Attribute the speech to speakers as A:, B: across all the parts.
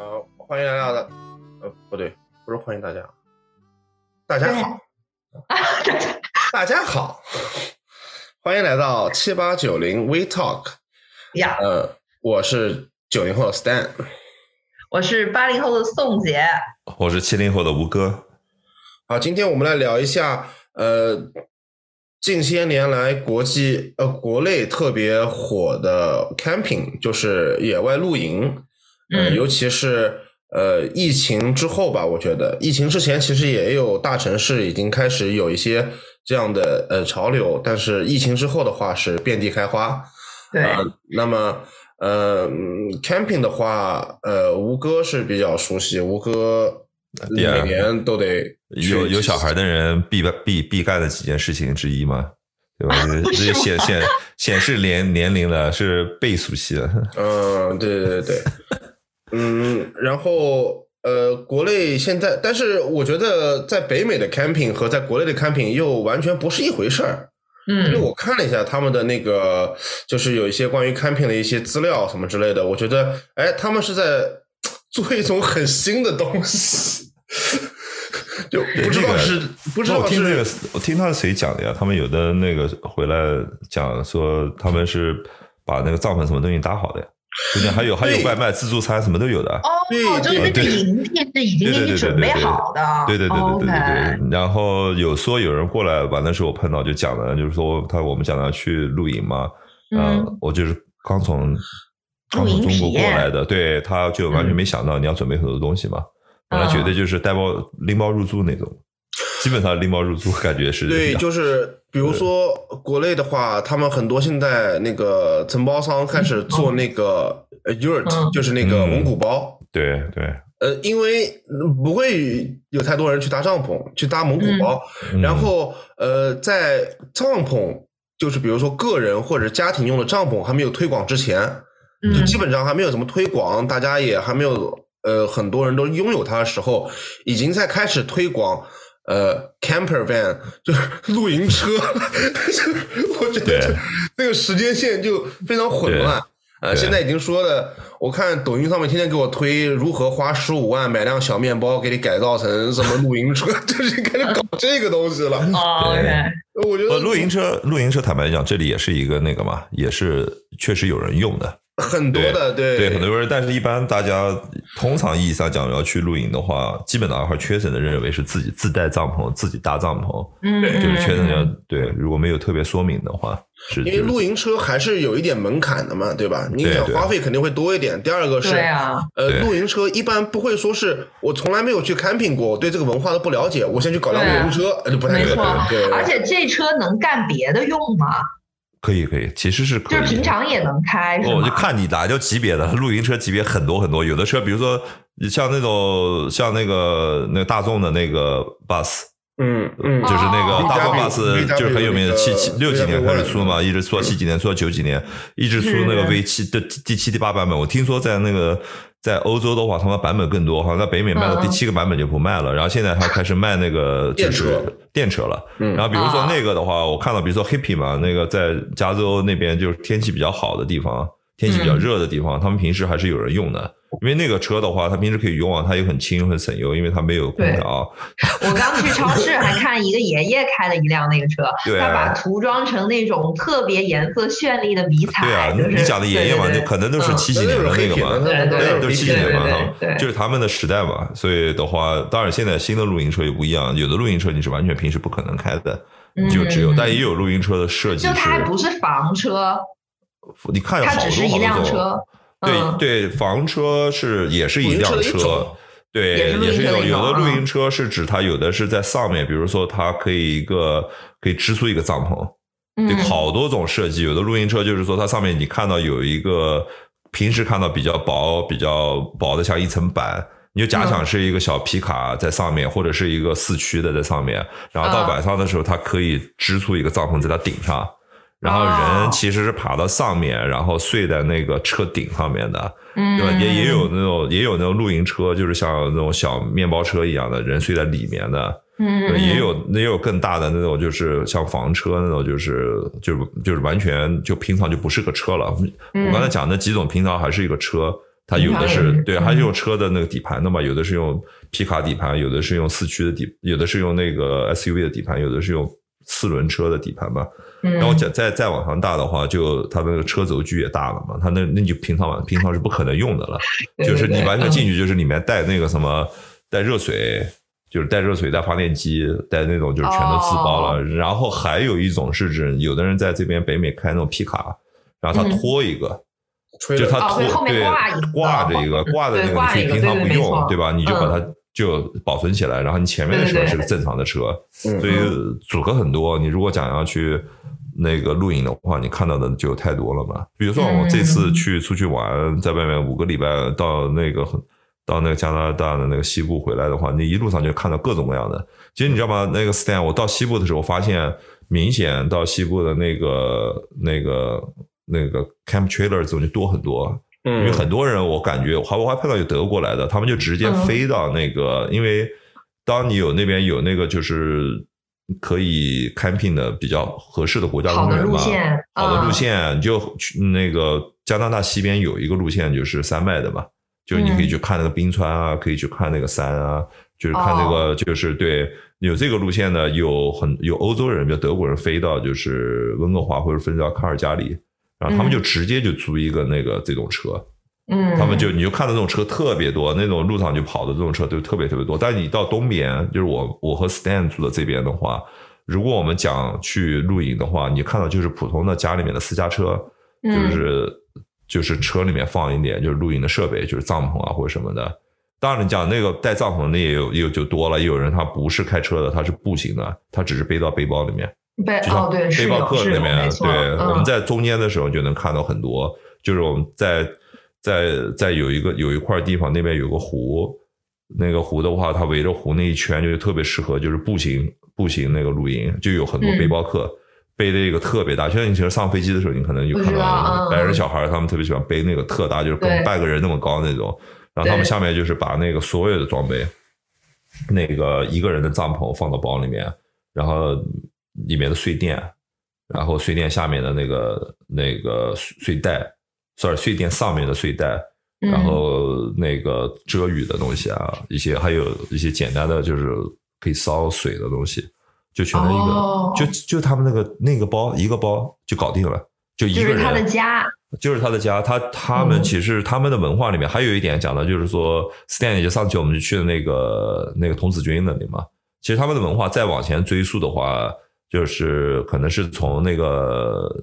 A: 欢迎来到的，不对，不是欢迎大家，大家好，大家好，欢迎来到7890 We Talk
B: 呀，
A: 我是90后的 Stan，
B: 我是80后的宋姐，
C: 我是70后的吴哥。
A: 好，今天我们来聊一下近些年来国内特别火的 camping， 就是野外露营，尤其是疫情之后吧，我觉得疫情之前其实也有大城市已经开始有一些这样的潮流，但是疫情之后的话是遍地开花。
B: 对，
A: 那么camping 的话，吴哥是比较熟悉，吴哥每年都得
C: 有小孩的人必干的几件事情之一嘛，对吧？这显示年龄了，是倍速系了。
A: 对。然后国内现在，但是我觉得在北美的 camping 和在国内的 camping 又完全不是一回事儿。因为我看了一下他们的那个，就是有一些关于 camping 的一些资料什么之类的，我觉得，他们是在做一种很新的东西，就不知道是。
C: 我听他是谁讲的呀？他们有的那个回来讲说，他们是把那个帐篷什么东西搭好的呀。还有外卖自助餐什么都有的
B: 就是那个营地是已经给你准备好的，
C: 对。然后有人过来吧，那时候我碰到就讲的，就是说我们讲的要去露营嘛，我就是刚从中国过来的，对，他就完全没想到你要准备很多东西嘛，本来觉得就是拎包入住那种。基本上拎包入住感觉是
A: 对，就是比如说国内的话，他们很多现在那个承包商开始做那个yurt，就是那个蒙古包。
C: 对。
A: 因为不会有太多人去搭帐篷，去搭蒙古包，然后在帐篷，就是比如说个人或者家庭用的帐篷还没有推广之前，就基本上还没有怎么推广，大家也还没有很多人都拥有它的时候，已经在开始推广。camper van 就是露营车，我觉得这个时间线就非常混乱。现在已经说了，我看抖音上面天天给我推如何花15万买辆小面包给你改造成什么露营车，就是开始搞这个东西了。我觉得
C: 露营车坦白讲，这里也是一个那个嘛，也是确实有人用的。
A: 很多的对
C: 很多人，但是一般大家通常意义上讲要去露营的话，基本上还缺省的认为是自己自带帐篷，自己搭帐篷，就是缺省的。对，如果没有特别说明的话，是
A: 因为露营车还是有一点门槛的嘛，对吧？你想花费肯定会多一点。第二个是露营车一般不会说是我从来没有去 camping 过，我对这个文化都不了解，我先去搞辆露营车，就不太可能。对，
B: 而且这车能干别的用吗？
C: 可以，其实是可以，
B: 就是平常也能开，是吗？
C: 就看你哪叫级别的，露营车级别很多很多，有的车比如说像那个大众的那个 bus， 就是那个大众 bus 就是很有名的，6几年开始出嘛，一直出到7几年，出到9几年，一直出那个 V7的第7、第8版本。我听说在欧洲的话，他们版本更多，好像在北美卖到第7个版本就不卖了，然后现在他开始卖那个电车了。然后比如说那个的话，我看到比如说 Hippie 嘛，那个在加州那边就是天气比较好的地方，天气比较热的地方，他们平时还是有人用的。因为那个车的话，它平时可以用啊，它又很轻很省油，因为它没有空调。
B: 我刚去超市还看一个爷爷开了一辆那个车，他把涂装成那种特别颜色绚丽的迷彩。
C: 对啊，你讲的爷爷嘛，就可能都是7几年的那个嘛，
B: 对，
C: 都是7几年嘛，就是他们的时代嘛。所以的话，当然现在新的露营车也不一样，有的露营车你是完全平时不可能开的，就只有，但也有露营车的设计，
B: 就它还不是房车，
C: 你看有好多
B: 它只是一辆车。
C: 对，房车也是一辆车，对，也是有的露营车是指它有的是在上面，比如说它可以支出一个帐篷，对，好多种设计。有的露营车就是说它上面你看到有一个平时看到比较薄的像一层板，你就假想是一个小皮卡在上面，或者是一个4驱的在上面，然后到晚上的时候它可以支出一个帐篷在它顶上。然后人其实是爬到上面，然后睡在那个车顶上面的，对吧？也有那种露营车，就是像那种小面包车一样的，人睡在里面的，也有更大的那种，就是像房车那种，就是完全就平常就不是个车了。我刚才讲的几种平常还是一个车， 它有的是对，它是用车的那个底盘的嘛，有的是用皮卡底盘，有的是用四驱的有的是用那个 SUV 的底盘，有的是用4轮车的底盘嘛。然后再往上大的话，就它那个车轴距也大了嘛，它那就平常是不可能用的了，就是你完全进去就是里面带那个什么带热水。就是带热水、带发电机、带那种就是全都自包了。然后还有一种是指有的人在这边北美开那种皮卡，然后他拖一个，就他拖对挂着一个挂的那个，你可以平常不用，对吧？你就把它就保存起来，然后你前面的车是个正常的车，所以组合很多。你如果想要去那个露营的话，你看到的就太多了嘛。比如说我这次出去玩，在外面5个礼拜到那个加拿大的那个西部回来的话，你一路上就看到各种各样的。其实你知道吗？那个 Stan， 我到西部的时候发现，明显到西部的那个 camp trailer 这种就多很多。因为很多人我感觉，我还碰到有德国来的，他们就直接飞到那个，因为当你有那边有那个就是可以 camping 的比较合适的国家公园嘛，好的路线，就那个加拿大西边有一个路线就是山脉的嘛。就是你可以去看那个冰川啊，可以去看那个山啊，就是看那个就是对有这个路线呢，有欧洲人，比如德国人飞到就是温哥华或者飞到卡尔加里，然后他们就直接就租一个那个这种车，他们你就看到那种车特别多，那种路上就跑的这种车就特别特别多。但是你到东边，就是我和 Stan 住的这边的话，如果我们讲去露营的话，你看到就是普通的家里面的私家车，就是车里面放一点就是露营的设备，就是帐篷啊或者什么的。当然你讲那个带帐篷的也有就多了，也有人他不是开车的，他是步行的，他只是背到背包里面，就像背包客里面。对，我们在中间的时候就能看到很多，就是我们在有一块地方，那边有个湖，那个湖的话，它围着湖那一圈就特别适合就是步行那个露营，就有很多背包客。背的一个特别大，就像你其实上飞机的时候，你可能就看到白人小孩，他们特别喜欢背那个特大，就是跟半个人那么高那种。然后他们下面就是把那个所有的装备，那个一个人的帐篷放到包里面，然后里面的睡垫，然后睡垫下面的那个睡袋睡垫上面的睡袋，然后那个遮雨的东西啊，还有一些简单的就是可以烧水的东西。就全是一个，就他们那个包一个包就搞定了，就一个人，就是他的家，就是他的家。他们其实他们的文化里面还有一点讲的，就是说 Stan 就上期我们就去的那个童子军那里嘛。其实他们的文化再往前追溯的话，就是可能是从那个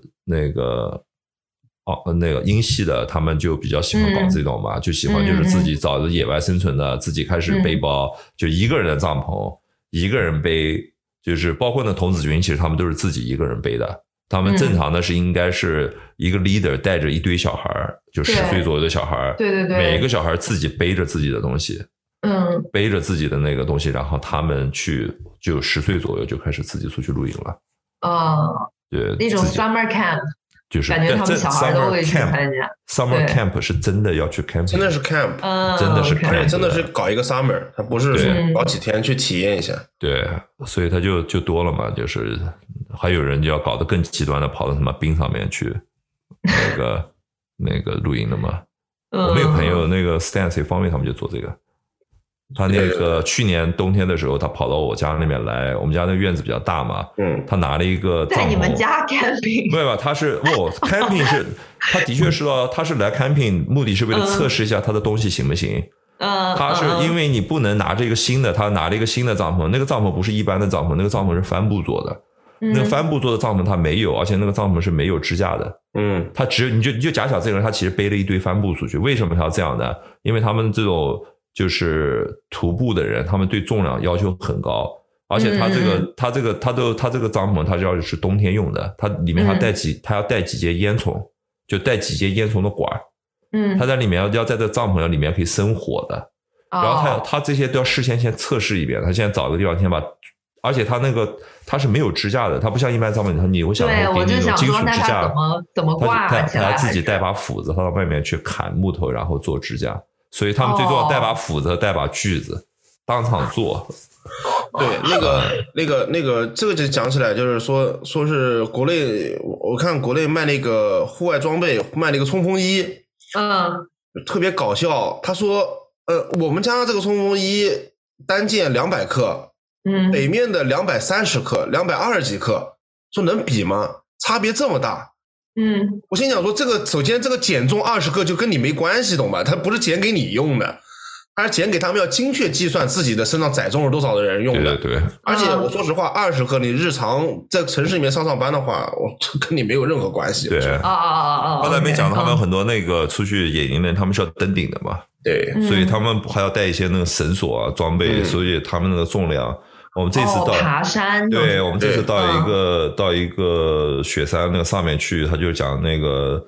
C: 英系的，他们就比较喜欢搞这种嘛，就喜欢就是自己找着野外生存的，自己开始背包，就一个人的帐篷，一个人背。就是包括那童子军，其实他们都是自己一个人背的。他们正常的是应该是一个 leader 带着一堆小孩，就10岁左右的小孩，对，每一个小孩自己背着自己的东西，背着自己的那个东西，然后他们就10岁左右就开始自己出去露营了。对，那种
B: summer camp。
C: 就是
B: 感觉他们小孩都会去参加。
C: Summer camp 是真的要去 camp，
A: 真的是 camp，
C: 真的是 camp，
A: 而且真的是搞一个 summer， 他不是说搞几天去体验一下。
C: 对，所以他就多了嘛，就是还有人就要搞得更极端的，跑到什么冰上面去那个露营的嘛。我们有朋友那个 Stan 方面他们就做这个。他那个去年冬天的时候，他跑到我家那边来，我们家那院子比较大嘛，他拿了一个帐篷，
B: 在你们家 camping，
C: 没有吧？他是camping 是，他的确是他是来 camping， 目的是为了测试一下他的东西行不行。他是因为你不能拿着一个新的，他拿了一个新的帐篷，那个帐篷不是一般的帐篷，那个帐篷是帆布做的，那个帆布做的帐篷他没有，而且那个帐篷是没有支架的。他只有你就假想这个人他其实背了一堆帆布出去，为什么他要这样呢？因为他们这种就是徒步的人，他们对重量要求很高，而且他这个帐篷，他要是冬天用的，他里面他要带几节烟囱，就带几节烟囱的管，他在里面要在这个帐篷里面可以生火的，然后他这些都要事先测试一遍，他现在找个地方先把，而且他是没有支架的，他不像一般帐篷，你我想给你那种金属支架，
B: 怎么挂起来？
C: 他要自己带把斧子，他到外面去砍木头，然后做支架。所以他们最重要带把斧子和带把锯子，当场做。
A: 对，那个，这个就讲起来，就是说是国内，我看国内卖那个户外装备，卖那个冲锋衣， 特别搞笑，他说我们家这个冲锋衣单件200克，北面的230克，220几克，说能比吗？差别这么大。我心想说首先这个减重20克就跟你没关系，懂吧？它不是减给你用的，它是减给他们要精确计算自己的身上载重是多少的人用的。
C: 对。
A: 而且我说实话，20克你日常在城市里面上班的话，跟你没有任何关系。
C: 对刚才没讲他们很多那个出去野营的人，他们是要登顶的嘛。
A: 对，
C: 所以他们还要带一些那个绳索啊装备，所以他们那个重量。我们这次到
B: 爬山，
C: 对，我们这次到一个雪山那个上面去，他就讲那个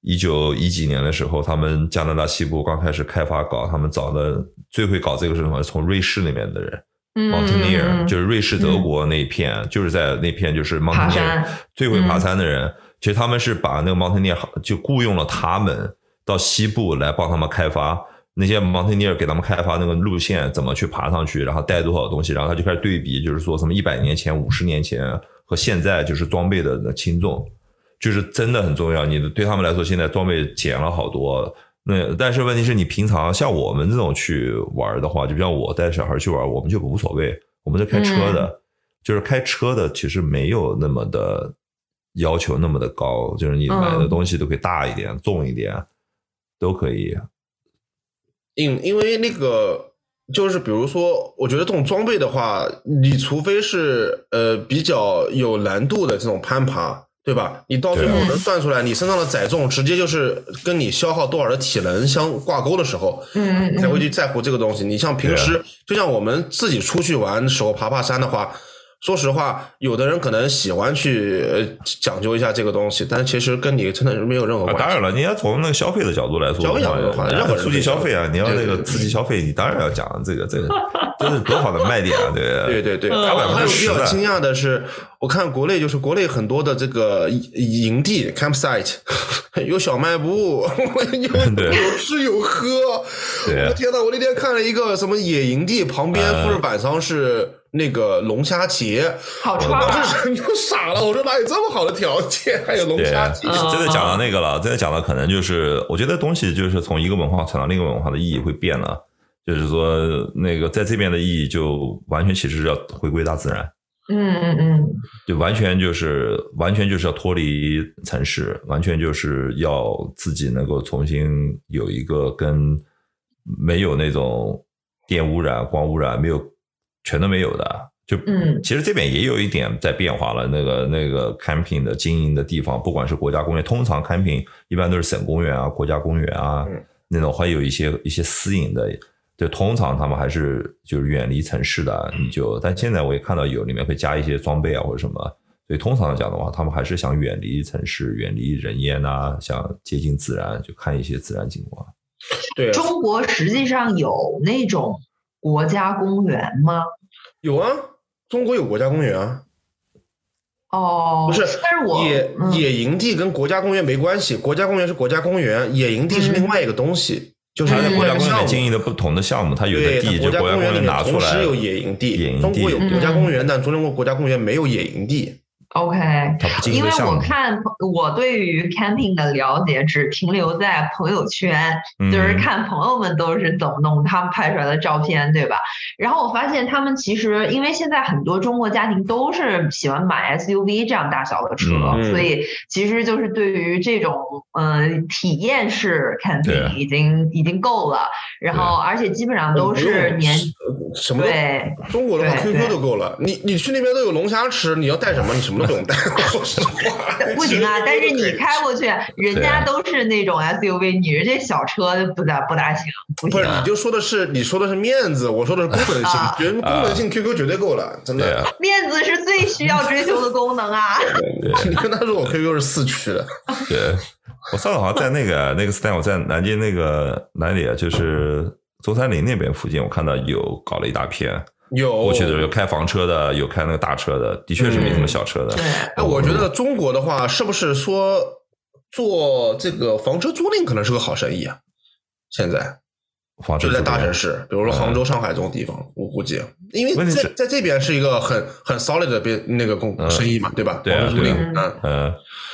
C: 1910几年的时候，他们加拿大西部刚开始开发他们找的最会搞这个是什么？从瑞士那边的人，Mountaineer 就是瑞士德国那一片，就是在那片就是 Mountaineer 最会爬山的人。其实他们是把那个 Mountaineer 就雇佣了他们到西部来帮他们开发。那些 Mountaineer 给他们开发那个路线怎么去爬上去，然后带多少东西，然后他就开始对比，就是说什么100年前、50年前和现在就是装备的轻重，就是真的很重要。你对他们来说，现在装备减了好多。但是问题是你平常像我们这种去玩的话，就像我带小孩去玩，我们就无所谓，我们是开车的，就是开车的其实没有那么的要求那么的高，就是你买的东西都可以大一点、重一点，都可以。
A: 因为那个就是比如说我觉得这种装备的话，你除非是比较有难度的这种攀爬，对吧？你到最后能算出来你身上的载重直接就是跟你消耗多少的体能相挂钩的时候，才会去在乎这个东西。你像平时就像我们自己出去玩的时候爬山的话，说实话，有的人可能喜欢去讲究一下这个东西，但其实跟你真的是没有任何关系。
C: 当然了，你要从那个消费的角度来说，
A: 消费角度的话，任何
C: 出去消费啊，你要那个刺激消费，你当然要讲这个，这是多好的卖点啊！
A: 对。还有比较惊讶的是，我看国内很多的这个营地 campsite 有小卖部，有吃有喝。我的天哪！我那天看了一个什么野营地，旁边或者晚上是那个龙虾节，
B: 好穿啊！
A: 人都傻了，我说哪有这么好的条件，还有龙虾节？
C: 真的讲到那个了，真的讲到可能就是我觉得东西就是从一个文化传到另一个文化的意义会变了，就是说那个在这边的意义就完全其实要回归大自然。就完全就是要脱离城市，完全就是要自己能够重新有一个跟没有那种电污染、光污染全都没有的。就其实这边也有一点在变化了，那个 camping 的经营的地方，不管是国家公园，通常 camping 一般都是省公园啊、国家公园啊，那种会有一些私营的。就通常他们还是就是远离城市的，但现在我也看到有里面会加一些装备啊或者什么，所以通常来讲的话，他们还是想远离城市、远离人烟啊，想接近自然，就看一些自然景观。
A: 对，
B: 中国实际上有那种国家公园吗？
A: 有啊，中国有国家公园啊。不是，
B: 但是
A: 野营地跟国家公园没关系，国家公园是国家公园，野营地是另外一个东西。就是
C: 在国家公园经营的不同的项目，它有的地就国家公园拿出来，
A: 同时有野营地。中国有国家公园，但中国国家公园没有野营地。
B: OK， 因为我对于 camping 的了解只停留在朋友圈，就是看朋友们都是怎么弄，他们拍出来的照片，对吧？然后我发现他们其实，因为现在很多中国家庭都是喜欢买 SUV 这样大小的车，所以其实就是对于这种体验式 camping 已经够了。然后而且基本上都是
A: 什么对中国的话 QQ 都够了，你去那边都有龙虾吃，你要带什么？你什么都不用带。说实话，
B: 不行啊！但是你开过去，人家都是那种 SUV， 你这小车不大行。不是，
A: 你说的是面子，我说的是功能性。觉得功能性 QQ 绝对够了，真的。
B: 面子是最需要追求的功能啊！
A: 你跟他说我 QQ 是4驱的。
C: 对，我上次好像在那个 stand， 我在南京那个哪里啊？就是中山陵那边附近，我看到有搞了一大片。过去的有开房车的，有开那个大车的，的确是没什么小车的。
A: 我觉得中国的话，是不是说做这个房车租赁可能是个好生意啊？现在就在大城市，比如说杭州、上海这种地方，我估计，因为在这边是一个很 solid 的那个生意嘛，对吧？
C: 对啊，
A: 房车租赁，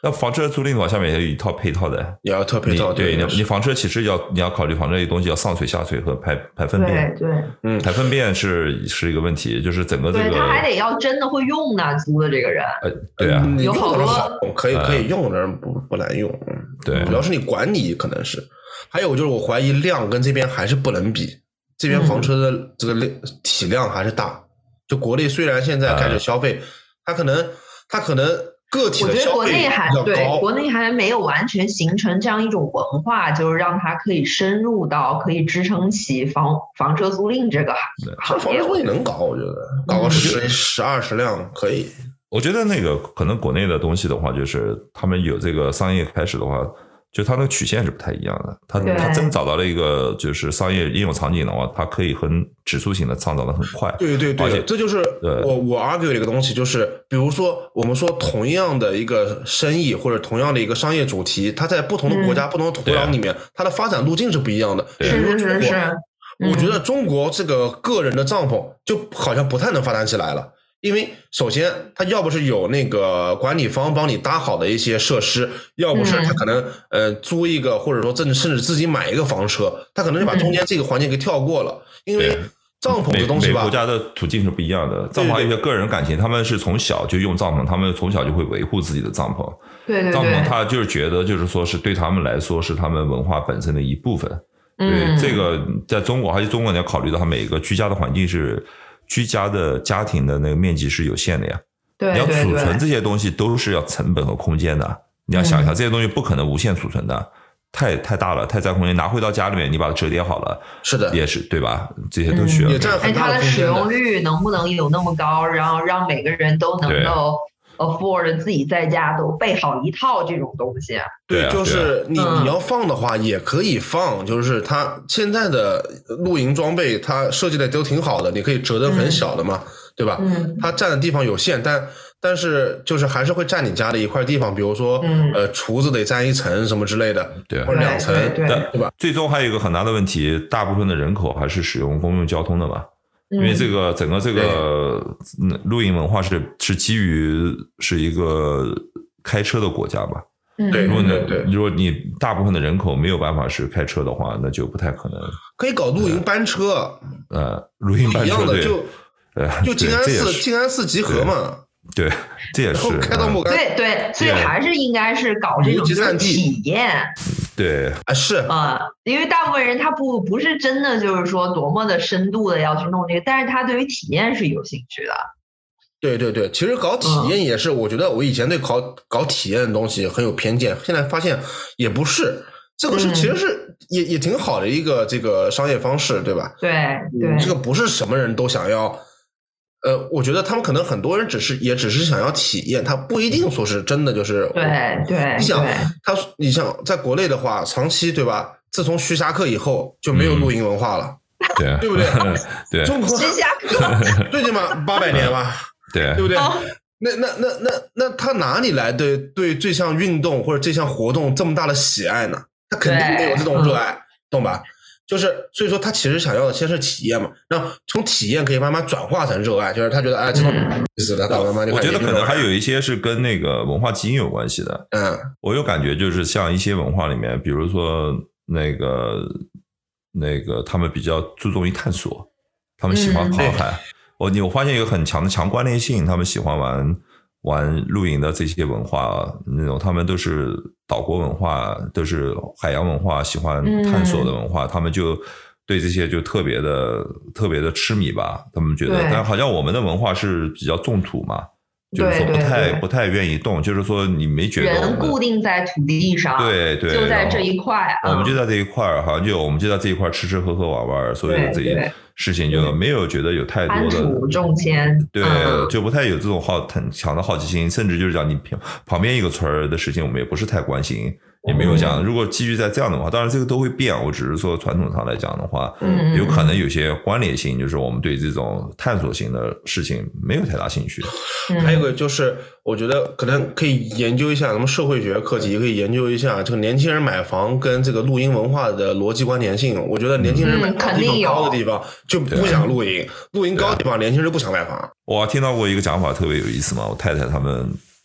C: 那房车租赁的话，下面也有一套配套的，
A: 也要配套。
C: 对，你房车其实你要考虑房车这东西要上水下水和排粪便。
B: 对，
C: 排粪便是一个问题，就是整个这个。
B: 对，他还得要真的会用呢，租的这个人。
C: 对啊，
A: 有
B: 好多
A: 可以用的人不难用。
C: 对，
A: 主要是你管理可能是。还有就是我怀疑量跟这边还是不能比，这边房车的这个体量还是大。就国内虽然现在开始消费，它可能个体的消费比较高，
B: 国内还没有完全形成这样一种文化，就是让它可以深入到可以支撑起房车租赁这个行业。
A: 房车租赁能搞，我觉得搞个10-20辆可以。
C: 我觉得那个可能国内的东西的话，就是他们有这个商业开始的话。就它那个曲线是不太一样的，它真找到了一个就是商业应用场景的话，它可以很指数型的上涨的很快。
A: 对，这就是我 argue 的一个东西，就是比如说我们说同样的一个生意或者同样的一个商业主题，它在不同的国家、不同的土壤里面，它的发展路径是不一样的。比如说中国，我觉得中国这个个人的帐篷就好像不太能发展起来了。因为首先他要不是有那个管理方帮你搭好的一些设施，要不是他可能租一个或者说甚至自己买一个房车，他可能就把中间这个环节给跳过了。因为帐篷的东西吧，
C: 每国家的途径是不一样的。帐篷有些个人感情，他们是从小就用帐篷，他们从小就会维护自己的帐篷。
B: 对，
C: 帐篷他就是觉得就是说是对他们来说是他们文化本身的一部分。对，这个在中国，而且中国你要考虑到他每个居家的环境是。居家的家庭的那个面积是有限的呀，
B: 对，
C: 你要储存这些东西都是要成本和空间的。你要想一下，这些东西不可能无限储存的，太大了，太占空间。拿回到家里面，你把它折叠好了，
A: 是的，
C: 也是对吧？这些都需要。
B: 它的使用率能不能有那么高，然后让每个人都能够 afford 自己在家都备好一套这种东西。
A: 对，就是你要放的话也可以放，就是它现在的露营装备它设计的都挺好的，你可以折得很小的嘛，对吧？它占的地方有限，但是就是还是会占你家的一块地方，比如说厨子得占1层什么之类的，
C: 对，
A: 或者2层，对吧？
C: 最终还有一个很大的问题，大部分的人口还是使用公共交通的嘛。因为这个整个这个露营文化是基于是一个开车的国家吧。
A: 对，
C: 如果你大部分的人口没有办法是开车的话，那就不太可能。
A: 可以搞露营班车，
C: 露营班车
A: 一样的就静安寺集合嘛。
C: 对，这也是
A: 开到莫干。
B: 对，所以还是应该是搞这种就是体验。
C: 对
A: 是
B: 因为大部分人他不是真的就是说多么的深度的要去弄这个，但是他对于体验是有兴趣的。
A: 对，其实搞体验也是，我觉得我以前对搞体验的东西很有偏见，现在发现也不是，这个其实是也挺好的一个这个商业方式，对吧？
B: 对，
A: 这个不是什么人都想要。我觉得他们可能很多人也只是想要体验，他不一定说是真的就是。
B: 对，
A: 你想在国内的话，长期对吧？自从徐霞客以后就没有露营文化了，对不对？
C: 对，
A: 中国
B: 徐霞客
A: 最起码800年吧，
C: 对
A: 不对？那他哪里来的对这项运动或者这项活动这么大的喜爱呢？他肯定没有这种热爱，懂吧？就是所以说他其实想要的先是体验嘛，那从体验可以慢慢转化成热爱，就是他觉得这种意思的，慢慢
C: 我觉得可能还有一些是跟那个文化基因有关系的。我有感觉就是像一些文化里面，比如说那个他们比较注重于探索，他们喜欢航海。我发现一个很强的强关联性，他们喜欢玩露营的这些文化，那种他们都是岛国文化，都是海洋文化，喜欢探索的文化，他们就对这些就特别的痴迷吧。他们觉得，但好像我们的文化是比较重土嘛，就是说不太愿意动，就是说你没觉得
B: 人固定在土地上，对，就在这一块，
C: 我们就在这一块，好像我们就在这一块吃吃喝喝玩玩，所以这些事情就没有觉得有太多的
B: 安土重迁，
C: 对，就不太有这种很强的好奇心，甚至就是讲你旁边一个村的事情，我们也不是太关心。也没有讲，如果基于在这样的话，当然这个都会变。我只是说传统上来讲的话，有可能有些关联性，就是我们对这种探索型的事情没有太大兴趣。
A: 还有一个就是，我觉得可能可以研究一下什么社会学课题，可以研究一下这个年轻人买房跟这个露营文化的逻辑关联性。我觉得年轻人买房地方高的地方就不想露营，露营高的地方年轻人就不想买房。
C: 我听到过一个讲法特别有意思嘛，我太太他们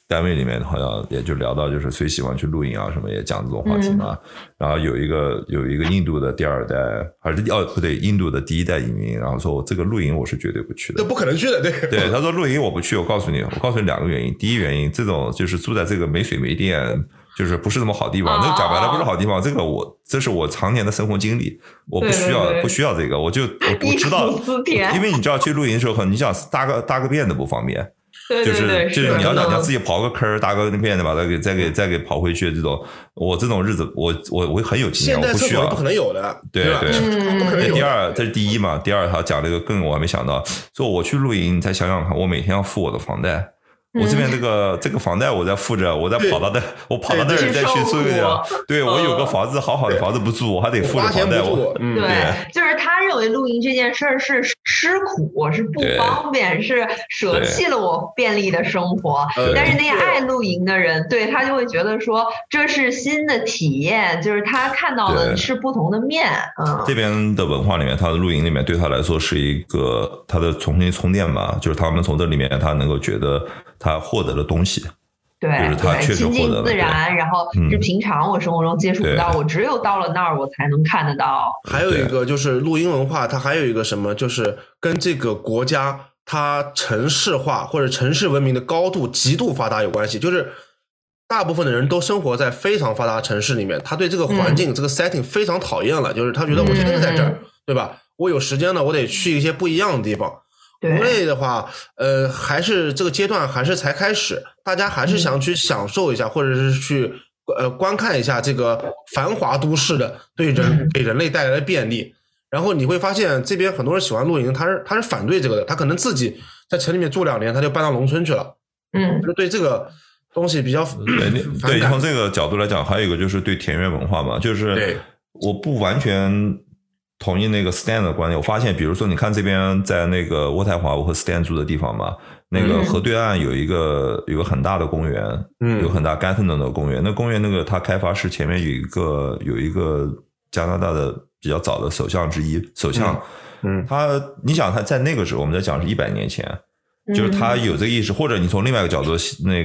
C: 单位里面好像也就聊到，就是谁喜欢去露营啊什么，也讲这种话题嘛。然后有一个印度的第2代，还是不对，印度的第1代移民，然后说这个露营我是绝对不去的，
A: 这不可能去的，
C: 对，他说露营我不去，我告诉你2个原因。第一原因，这种就是住在这个没水没电，就是不是那么好地方，那讲白了不是好地方，这是我常年的生活经历，我不需要这个，我知道，因为你知道去露营的时候，你想大个便都不方便。就是你要想自己刨个坑大个便的把它再给刨回去，这种我这种日子我很有经验，我不需要，
A: 不可能有的，
C: 对，
A: 不可能有。
C: 第二，这是第一嘛，第二他讲了一个更我还没想到，说我去露营，你再想想看，我每天要付我的房贷。我这边这个房贷我在付着，我跑到那儿再去住一个，对我有个房子好好的房子不住，我还得付着房贷。
B: 对，就是他认为露营这件事儿是吃苦，是不方便，是舍弃了我便利的生活。但是那些爱露营的人，对他就会觉得说这是新的体验，就是他看到的是不同的面。
C: 这边的文化里面，他的露营里面对他来说是一个他的重新充电嘛，就是他们从这里面他能够觉得他获得了东西，
B: 对，
C: 就是他确实获得了，
B: 亲近自然，然后是平常我生活中接触不到，我只有到了那儿我才能看得到。
A: 还有一个就是露营文化，它还有一个什么，就是跟这个国家它城市化或者城市文明的高度极度发达有关系。就是大部分的人都生活在非常发达的城市里面，他对这个环境、这个 setting 非常讨厌了，就是他觉得我天天在这儿，对吧？我有时间了，我得去一些不一样的地方。国内的话，还是这个阶段还是才开始，大家还是想去享受一下，或者是去观看一下这个繁华都市的给人类带来的便利。然后你会发现这边很多人喜欢露营，他是反对这个的，他可能自己在城里面住2年，他就搬到农村去了。就对这个东西比较反感。
C: 对，从这个角度来讲，还有一个就是对田园文化嘛，就是我不完全同意那个 Stan 的观点。我发现比如说你看这边在那个渥太华，我和 Stan 住的地方嘛，那个河对岸有一个很大的公园，有很大 Gatton 的公园。那公园那个它开发是前面有一个加拿大的比较早的首相之一，你想他在那个时候，我们在讲是100年前，就是他有这个意识，或者你从另外一个角度，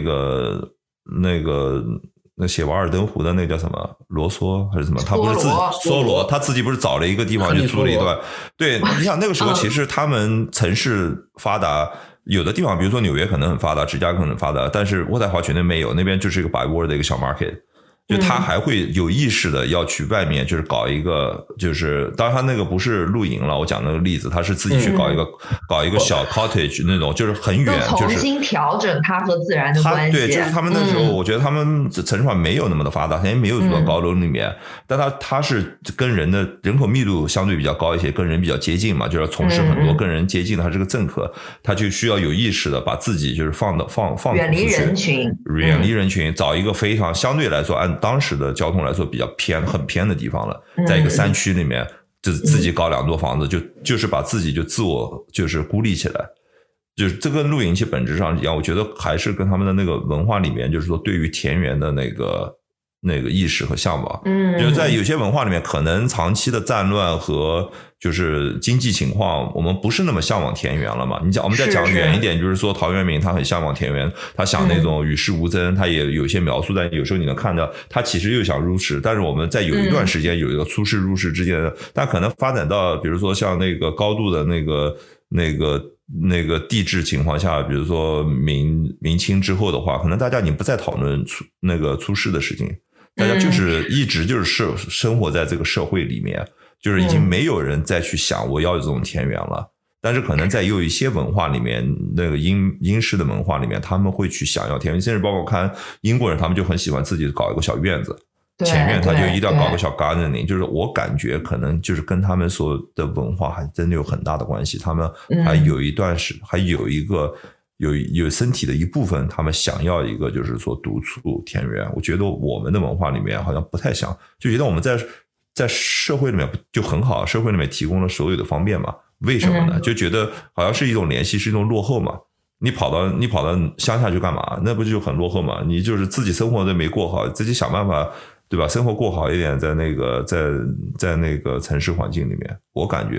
C: 那写瓦尔登湖的那叫什么罗梭还是什么？他不是梭罗，他自己不是找了一个地方去租了一段。对，你想那个时候其实他们城市发达，有的地方比如说纽约可能很发达，芝加哥可能很发达，但是渥太华绝对没有，那边就是一个百窝的一个小 market。就他还会有意识的要去外面，就是搞一个，就是当然他那个不是露营了，我讲那个例子，他是自己去搞一个小 cottage 那种，就是很远，就是
B: 重新调整它和自然的关系。
C: 对，就是他们那时候，我觉得他们城市化没有那么的发达，他也没有住到高楼里面，但他是跟人口密度相对比较高一些，跟人比较接近嘛，就是要从事很多跟人接近的，他是个政客，他就需要有意识的把自己就是放
B: 远离人
C: 群，找一个非常相对来说按当时的交通来说比较很偏的地方了，在一个山区里面，就自己搞2座房子，就是把自己就自我就是孤立起来，就是这跟露营其实本质上一样，我觉得还是跟他们的那个文化里面，就是说对于田园的那个意识和向往，就是在有些文化里面，可能长期的战乱和就是经济情况，我们不是那么向往田园了嘛。我们再讲远一点，就是说陶渊明他很向往田园，他想那种与世无争，他也有些描述，但有时候你能看到他其实又想入世，但是我们在有一段时间有一个出世入世之间的，但可能发展到比如说像那个高度的那个地质情况下，比如说明清之后的话，可能大家已经不再讨论出世的事情，大家就是一直就是生活在这个社会里面，就是已经没有人再去想我要有这种田园了。但是可能在有一些文化里面，那个英式的文化里面，他们会去想要田园，甚至包括看英国人，他们就很喜欢自己搞一个小院子，前面他就一定要搞个小 gardening， 就是我感觉可能就是跟他们所有的文化还真的有很大的关系。他们还有一段还有一个有身体的一部分，他们想要一个就是说独处田园。我觉得我们的文化里面好像不太想，就觉得我们在社会里面就很好，社会里面提供了所有的方便嘛。为什么呢？就觉得好像是一种联系，是一种落后嘛。你跑到乡下去干嘛？那不就很落后嘛？你就是自己生活都没过好，自己想办法，对吧？生活过好一点，在那个城市环境里面，我感觉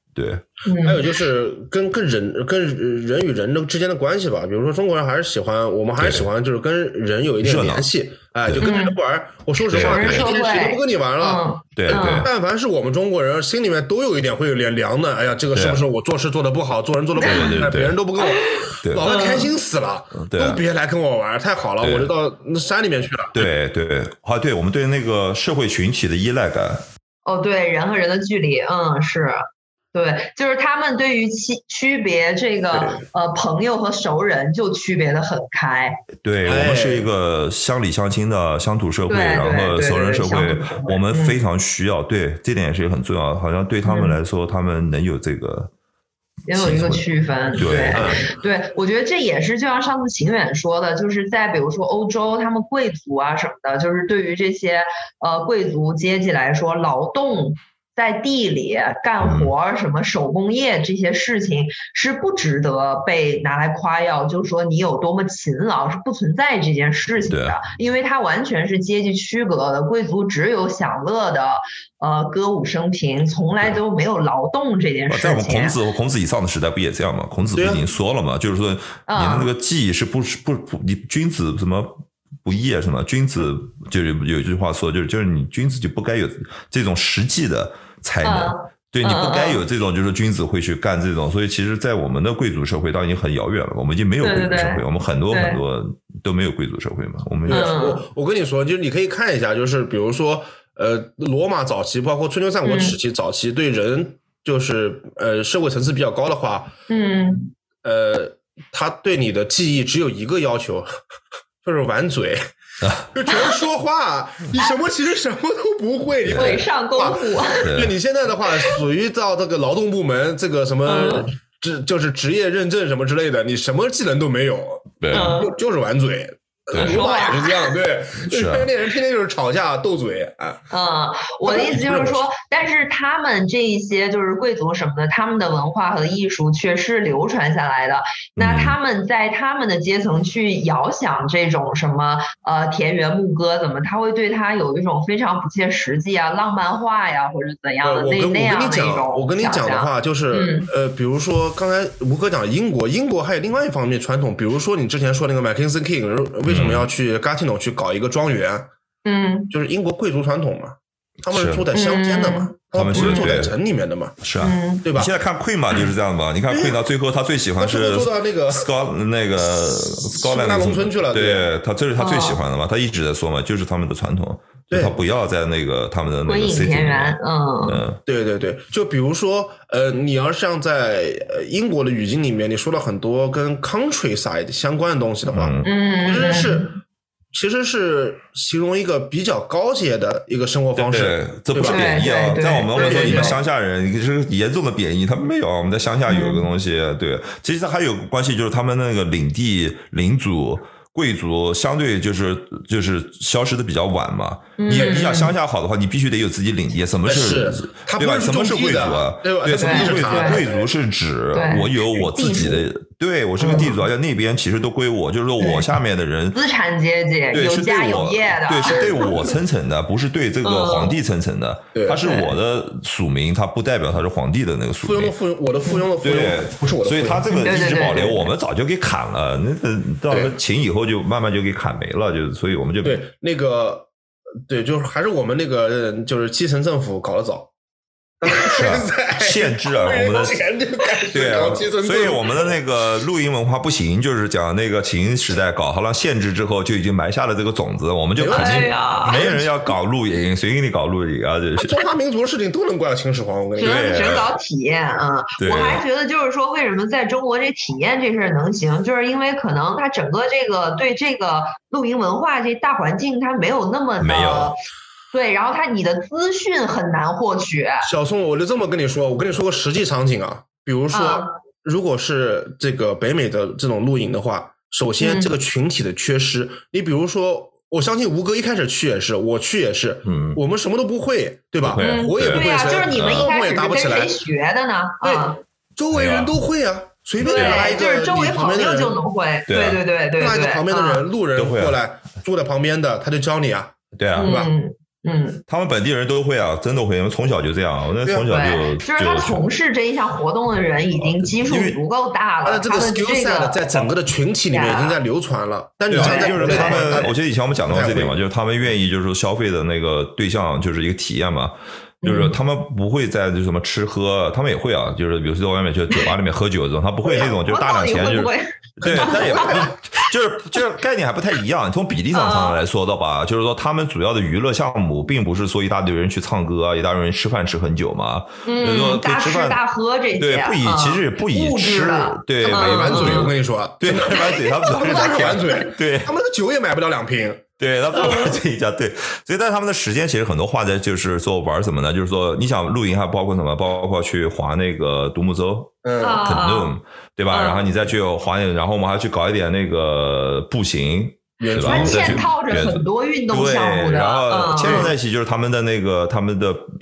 C: 对，
A: 还有就是跟人与人之间的关系吧。比如说中国人还是喜欢，我们还是喜欢就是跟人有一点联系，哎，就跟人玩。我说实话，谁都不跟你玩了。
C: 对对，
A: 但凡是我们中国人，心里面都有一点会有点凉的。哎呀，这个是不是我做事做得不好，做人做得不好，别人都不跟我，老子开心死了，都别来跟我玩，太好了，我就到那山里面去了。
C: 对对，啊，对，我们对那个社会群体的依赖感。
B: 哦，对，人和人的距离，是。对，就是他们对于区别这个朋友和熟人就区别得很开。
C: 对，我们是一个乡里乡亲的乡土社会，然后熟人社会，我们非常需要。对，这点也是很重要。好像对他们来说，他们能有这个。
B: 也有一个区分，对，我觉得这也是就像上次秦远说的，就是在比如说欧洲，他们贵族啊什么的，就是对于这些贵族阶级来说，劳动在地里干活什么手工业这些事情是不值得被拿来夸耀，就是说你有多么勤劳是不存在这件事情的，因为它完全是阶级区隔的，贵族只有享乐的歌舞升平，从来都没有劳动这件事情。
C: 在我们孔子以上的时代不也这样吗？孔子不已经说了吗？就是说你的那个技是不你君子什么不义啊什么，君子就是有一句话说，就是你君子就不该有这种实际的才能，对，你不该有这种就是君子会去干这种，所以其实在我们的贵族社会当然已经很遥远了，我们已经没有贵族社会，我们很多都没有贵族社会嘛。
A: 我跟你说，就是你可以看一下，就是比如说罗马早期包括春秋战国时期早期对人就是社会层次比较高的话，他对你的记忆只有一个要求，就是玩嘴。就全说话，你其实什么都不会，你
B: 嘴上功夫。
A: 对，你现在的话属于到这个劳动部门，这个什么就是职业认证什么之类的，你什么技能都没有，
C: 对，
A: 就是玩嘴。罗马也是这样，对，就是那人天天就是吵架斗嘴啊。
B: 我的意思就是说，但是他们这一些就是贵族什么的，他们的文化和艺术却是流传下来的。那他们在他们的阶层去遥想这种什么田园牧歌，怎么他会对他有一种非常不切实际啊、浪漫化呀，或者怎样的那样的一种。
A: 我跟你讲的话，就是比如说刚才吴哥讲英国还有另外一方面传统，比如说你之前说那个 Mackenzie King 为什么要去 Gatineau 去搞一个庄园？就是英国贵族传统嘛，他们是住在乡间的嘛，他们不是住在城里面的嘛，
C: 是啊，
A: 对吧？
C: 你现在看 Queen 嘛，就是这样嘛。你看 Queen 到最后，他最喜欢是
A: 住到那个
C: Scotland
A: 农村去了，
C: 对，这是他最喜欢的嘛，他一直在说嘛，就是他们的传统，他不要在那个他们的那个 city
B: 田园，
A: 对，就比如说你要像在英国的语境里面，你说了很多跟 countryside 相关的东西的话，其实是形容一个比较高阶的一个生活方式，
C: 对，这不是贬义啊。在我们说你们乡下人，你是严重的贬义，他们没有，我们在乡下有一个东西，对，其实还有关系，就是他们那个领地领主。贵族相对就是消失的比较晚嘛，你想乡下好的话，你必须得有自己领地。什么是对吧？什么是贵族啊？对，什么是贵族？贵族是指我有我自己的，对我是个地主，而且那边其实都归我，就是说我下面的人
B: 资产阶级，
C: 对，
B: 有家有业的，
C: 对，是对我称臣的，不是对这个皇帝称臣的。他是我的属民，他不代表他是皇帝的那个属民。
A: 我的附庸的附庸，不是我的。
C: 所以他这个一直保留，我们早就给砍了。那到了秦以后就慢慢就给砍没了，就所以我们就
A: 对那个对，就是还是我们那个就是基层政府搞得早。
C: 是啊，限制啊，我们的对啊，所以我们的那个露营文化不行，就是讲那个秦时代搞好了限制之后，就已经埋下了这个种子，我们就肯定没人要搞露营，谁给你搞露营啊？就是
A: 中华民族的事情都能怪到秦始皇，我跟你说，
B: 只能搞体验啊。我还觉得就是说，为什么在中国这体验这事儿能行，就是因为可能它整个这个对这个露营文化这大环境它没有那么的。
C: 没有。
B: 对，然后你的资讯很难获取。
A: 小宋，我就这么跟你说，我跟你说个实际场景啊，比如说，如果是这个北美的这种露营的话，首先这个群体的缺失，你比如说，我相信吴哥一开始去也是，我去也是，我们什么都不会，对吧？我也不会，
B: 就是你们一开始是跟谁学的呢？
A: 对，周围人都会啊。随便拉一个，
B: 就是周围朋友就能会，对，
A: 拉一个旁边的人，路人过来住在旁边的，他就教你啊，
C: 对啊，
A: 对吧？
C: 他们本地人都会啊，真的会，因为从小就这样。我那从小
B: 就是他从事这一项活动的人已经基数足够大了，
A: 这个 skill set 在整个的群体里面已经在流传了。但
C: 就是他们，我记得以前我们讲到这点嘛，就是他们愿意就是说消费的那个对象就是一个体验嘛。就是他们不会在就什么吃喝，他们也会啊，就是比如说在外面去酒吧里面喝酒这种，他不会那种就是大量钱就是对，但也就是概念还不太一样。从比例上来说的话，就是说他们主要的娱乐项目并不是说一大堆人去唱歌，一大堆人吃饭吃很久嘛，就是说
B: 大吃大喝这些，
C: 对，其实也不以吃，对，
A: 没完嘴，我跟你说，
C: 对，没完嘴，他们主要是
A: 没完嘴，
C: 对，
A: 他们的酒也买不了2瓶。
C: 对，他不是这一家，对，所以但是他们的时间其实很多花在就是说玩什么呢？就是说你想露营还包括什么？包括去划那个独木舟，canoe，对吧？然后你再去划，然后我们还去搞一点那个步行，对吧？
B: 它嵌套着很多运动项目的，
C: 然后嵌合在一起就是他们的那个他们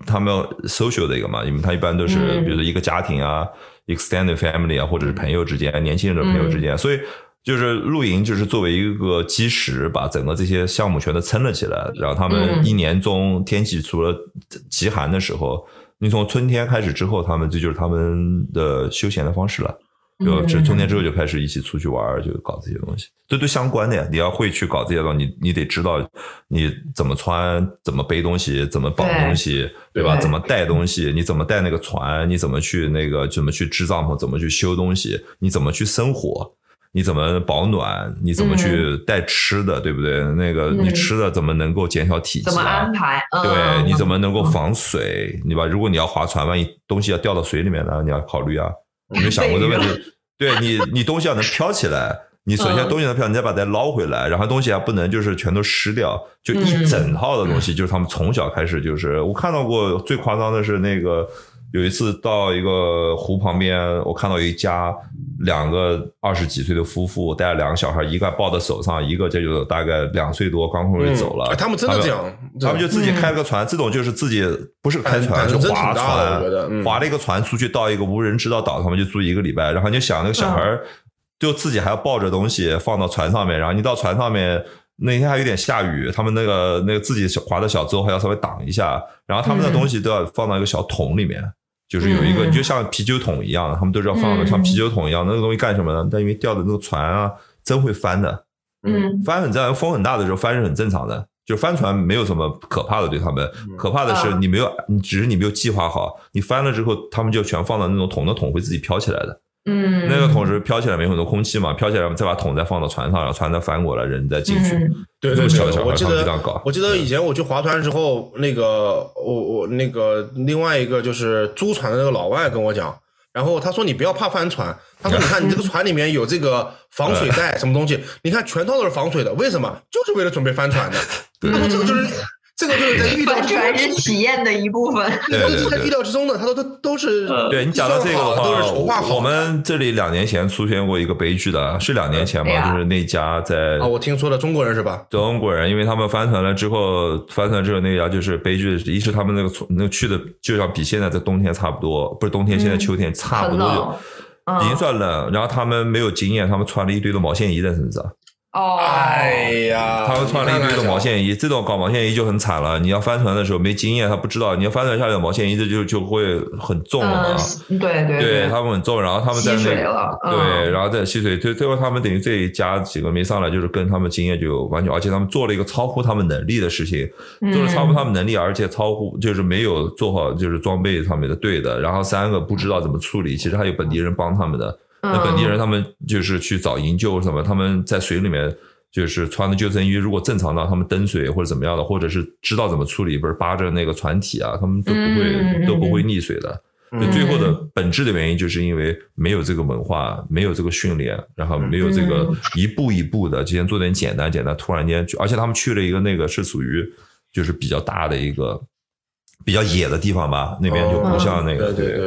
C: social 的一个嘛，因为他一般都是比如说一个家庭啊，extended family 啊，或者是朋友之间，年轻人的朋友之间，所以。就是露营，就是作为一个基石，把整个这些项目全都撑了起来。然后他们一年中天气除了极寒的时候，你从春天开始之后，他们这就是他们的休闲的方式了。就春天之后就开始一起出去玩，就搞这些东西，这都相关的呀。你要会去搞这些东西，你得知道你怎么穿，怎么背东西，怎么绑东西，对吧？怎么带东西，你怎么带那个船，你怎么去怎么去支帐篷，怎么去修东西，你怎么去生火。你怎么保暖？你怎么去带吃的，对不对？那个你吃的怎么能够减小体积？
B: 怎么安排？
C: 对，你怎么能够防水？对吧？如果你要划船，万一东西要掉到水里面呢？你要考虑啊。你有想过这个问题？对你东西要能飘起来，你首先东西能飘，你再把它捞回来，然后东西还不能就是全都湿掉，就一整套的东西，就是他们从小开始就是我看到过最夸张的是那个。有一次到一个湖旁边，我看到有一家2个20几岁的夫妇带了2个小孩，一个抱在手上，一个这就大概2岁多，刚会走了。
A: 他们真的这样，
C: 他们就自己开了个船，这种就是自己不是开船，是划船，划了一个船出去到一个无人知道岛，他们就住1个礼拜。然后你就想那个小孩就自己还要抱着东西放到船上面，然后你到船上面。那天还有点下雨，他们那个自己划的小舟还要稍微挡一下，然后他们的东西都要放到一个小桶里面，就是有一个就像啤酒桶一样，他们都是要放的像啤酒桶一样，那个东西干什么呢？但因为钓的那个船啊，真会翻的，翻很正常，风很大的时候翻是很正常的，就翻船没有什么可怕的，对他们可怕的是你只是你没有计划好，你翻了之后，他们就全放到那种桶，那桶会自己飘起来的。那个桶是飘起来没有很多空气嘛，飘起来再把桶再放到船上，然后船再翻过来，人再进去。
A: 对，我记得以前我去划船的时候，那个我那个另外一个就是租船的那个老外跟我讲，然后他说你不要怕翻船，他说你看你这个船里面有这个防水袋什么东西，你看全套都是防水的，为什么？就是为了准备翻船的。他说这个就是在预料之中，
B: 是体验的一部分。
A: 对，在预料之中的，他都是。
C: 对你讲到这个的话，
A: 都是筹划好。
C: 我们这里2年前出现过一个悲剧的，是2年前嘛，就是那家在
A: 我听说的中国人是吧？
C: 中国人，因为他们翻船之后那家就是悲剧，一是他们那个去的就像比现在在冬天差不多，不是冬天，现在秋天差不多就已经算冷，然后他们没有经验，他们穿了一堆的毛线衣在身上。
A: 哎呀，
C: 他们穿了一堆的毛线衣，这种搞毛线衣就很惨了。你要翻船的时候没经验，他不知道你要翻船下来有毛线衣，这就会很重了嘛。对，他们很重，然后他们在对，然后在吸水，最后他们等于这一家几个没上来，就是跟他们经验就完全，而且他们做了一个超乎他们能力的事情，做了超乎他们能力，而且超乎就是没有做好就是装备上面的对的，然后3个不知道怎么处理，其实还有本地人帮他们的。那本地人他们就是去找营救什么，他们在水里面就是穿的救生衣，如果正常的他们蹬水或者怎么样的，或者是知道怎么处理，不是扒着那个船体啊，他们都不会溺水的。就最后的本质的原因就是因为没有这个文化，没有这个训练，然后没有这个一步一步的，之前做点简单，突然间，而且他们去了一个那个是属于就是比较大的一个比较野的地方吧，那边就不像那个
A: 对。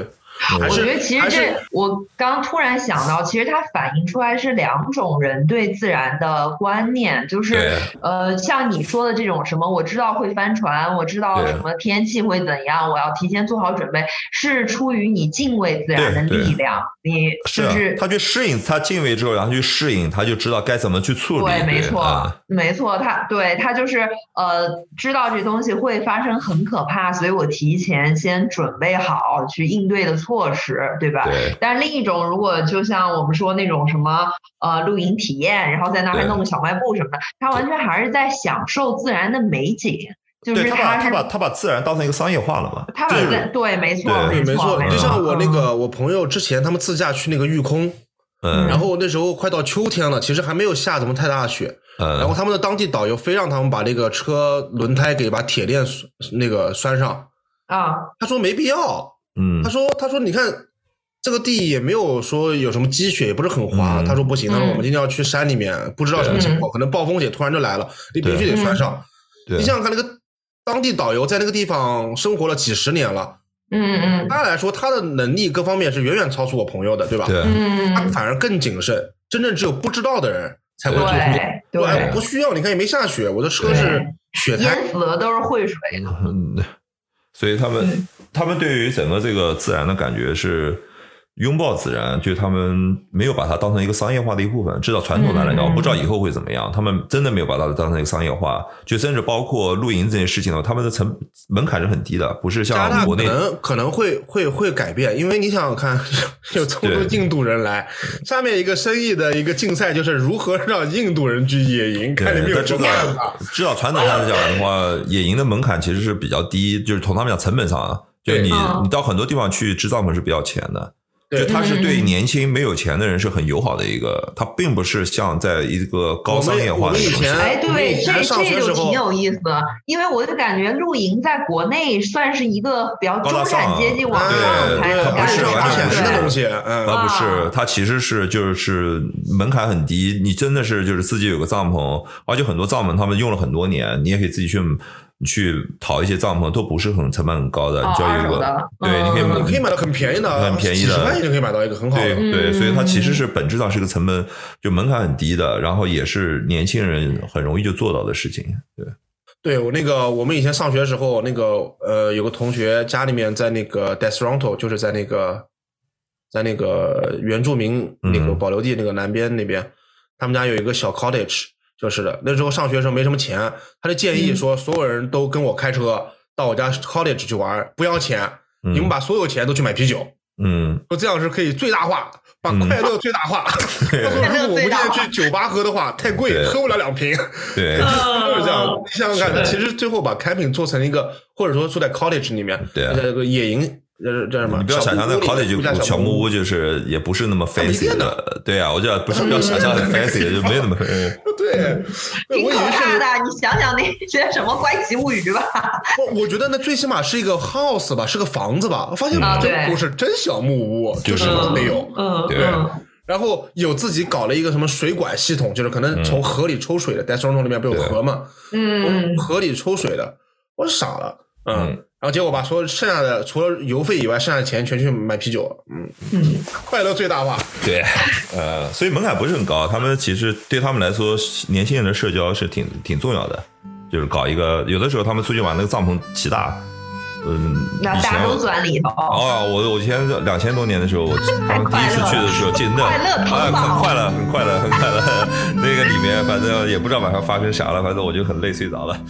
B: 我觉得其实我刚突然想到，其实它反映出来是2种人对自然的观念，就是像你说的这种什么，我知道会翻船，我知道什么天气会怎样，我要提前做好准备，是出于你敬畏自然的力量，你就是
C: 他去适应，他敬畏之后，然后去适应，他就知道该怎么去处理。
B: 对，没错，他就是知道这东西会发生很可怕，所以我提前先准备好去应对的措施，对吧？
C: 对。
B: 但是另一种，如果就像我们说那种什么露营体验，然后在那还弄个小卖部什么的，他完全还是在享受自然的美景。就是
C: 他把自然当成一个商业化了嘛？
B: 对，没错。
A: 就像我朋友之前他们自驾去那个玉空，然后那时候快到秋天了，其实还没有下什么太大的雪，然后他们的当地导游非让他们把那个车轮胎给把铁链那个拴上
B: 啊，
A: 他说没必要，他说你看这个地也没有说有什么积雪，也不是很滑，他说不行，他说我们今天要去山里面，不知道什么情况，可能暴风雪突然就来了，你必须得拴上。你想想看，那个当地导游在那个地方生活了几十年了，他来说他的能力各方面是远远超出我朋友的，对吧？他反而更谨慎，真正只有不知道的人才会做出。对，我不需要，你看也没下雪，我的车是雪胎，
B: 淹死的都是会水的。
C: 所以他们对于整个这个自然的感觉是拥抱自然，就是他们没有把它当成一个商业化的一部分。至少传统的来讲，我不知道以后会怎么样，他们真的没有把它当成一个商业化，就甚至包括露营这件事情呢，他们的门槛是很低的，不是像国内
A: 可能会改变，因为你想想看，有这么多印度人来，下面一个生意的一个竞赛就是如何让印度人去野营，看你没有办法。
C: 至少传统上来讲的话，野营的门槛其实是比较低，就是从他们讲成本上，就你到很多地方去支帐篷是比较钱的。就它是对年轻没有钱的人是很友好的一个，它并不是像在一个高商业化的。
B: 对，这就挺有意思的，因为我就感觉露营在国内算是一个比较中产阶级往上才能干
A: 的东西。
C: 它不是，它其实是就是门槛很低，你真的是就是自己有个帐篷，而且很多帐篷他们用了很多年，你也可以自己去淘一些帐篷，都不是成本很高的，你只要有一个，对，
A: 你可以买到很便宜的，几十块钱就可以买到一个很好的，
C: 对，所以它其实是本质上是个成本就门槛很低的，然后也是年轻人很容易就做到的事情，
A: 对，我们以前上学的时候，有个同学家里面在那个 Desronto， 就是在那个原住民那个保留地那个南边那边，他们家有一个小 cottage。就是的，那时候上学的时候没什么钱，他就建议说所有人都跟我开车到我家 cottage 去玩，不要钱，你们把所有钱都去买啤酒，说这样是可以最大化，把快乐最大化。他说如果我们现在去酒吧喝的话太贵，喝不了2瓶。
C: 对，
A: 就是这样。你想想看，其实最后把 camping 做成一个，或者说住在 cottage 里面，在这个野营。这什么？
C: 你不要想象那个 cottage 小木屋，就是也不是那么 fancy 的。对啊，我觉得不要想象很 fancy 的，就没有那么。
A: 对，
B: 挺可怕的。你想想那些什么怪奇物语吧。
A: 我觉得那最起码是一个 house 吧，是个房子吧。我发现真不是真小木屋，就是什么都没有。对。然后有自己搞了一个什么水管系统，就是可能从河里抽水的，在双重里面不有河嘛？从河里抽水的，我傻了。然后结果把所有剩下的除了邮费以外，剩下的钱全去买啤酒，快乐最大化。
C: 对，所以门槛不是很高，他们其实对他们来说，年轻人的社交是挺重要的，就是搞一个，有的时候他们出去玩那个帐篷起大，
B: 那大家都钻里头。
C: 我以前2000多年的时候，我刚第一次去的时候，进那很快乐，那个里面反正也不知道晚上发生啥了，反正我就很累，睡着了。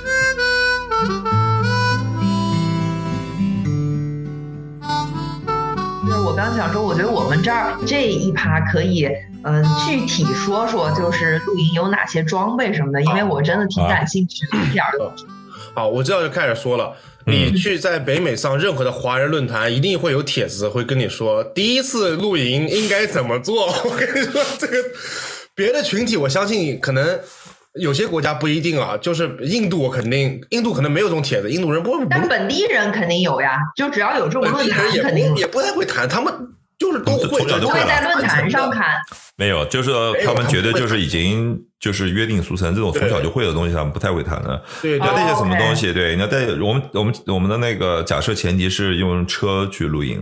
B: 我刚想说，我觉得我们这儿这一趴可以，具体说说，就是露营有哪些装备什么的，因为我真的挺感兴趣的一点的。
A: 好，我知道就开始说了。你去在北美上任何的华人论坛，一定会有帖子会跟你说，第一次露营应该怎么做。我跟你说，这个别的群体，我相信可能。有些国家不一定啊，就是印度可能没有这种帖子，印度人不会，
B: 但本地人肯定有呀，就只要有这种论坛，肯定
A: 也不太会谈，他们就是都会，
B: 不会在论坛上看。
C: 没有，就是他们觉得就是已经就是约定俗成，这种从小就会的东西，他们不太会谈的。
A: 对，
C: 要带些什么东西？对，你要带我们的那个假设前提是用车去露营啊。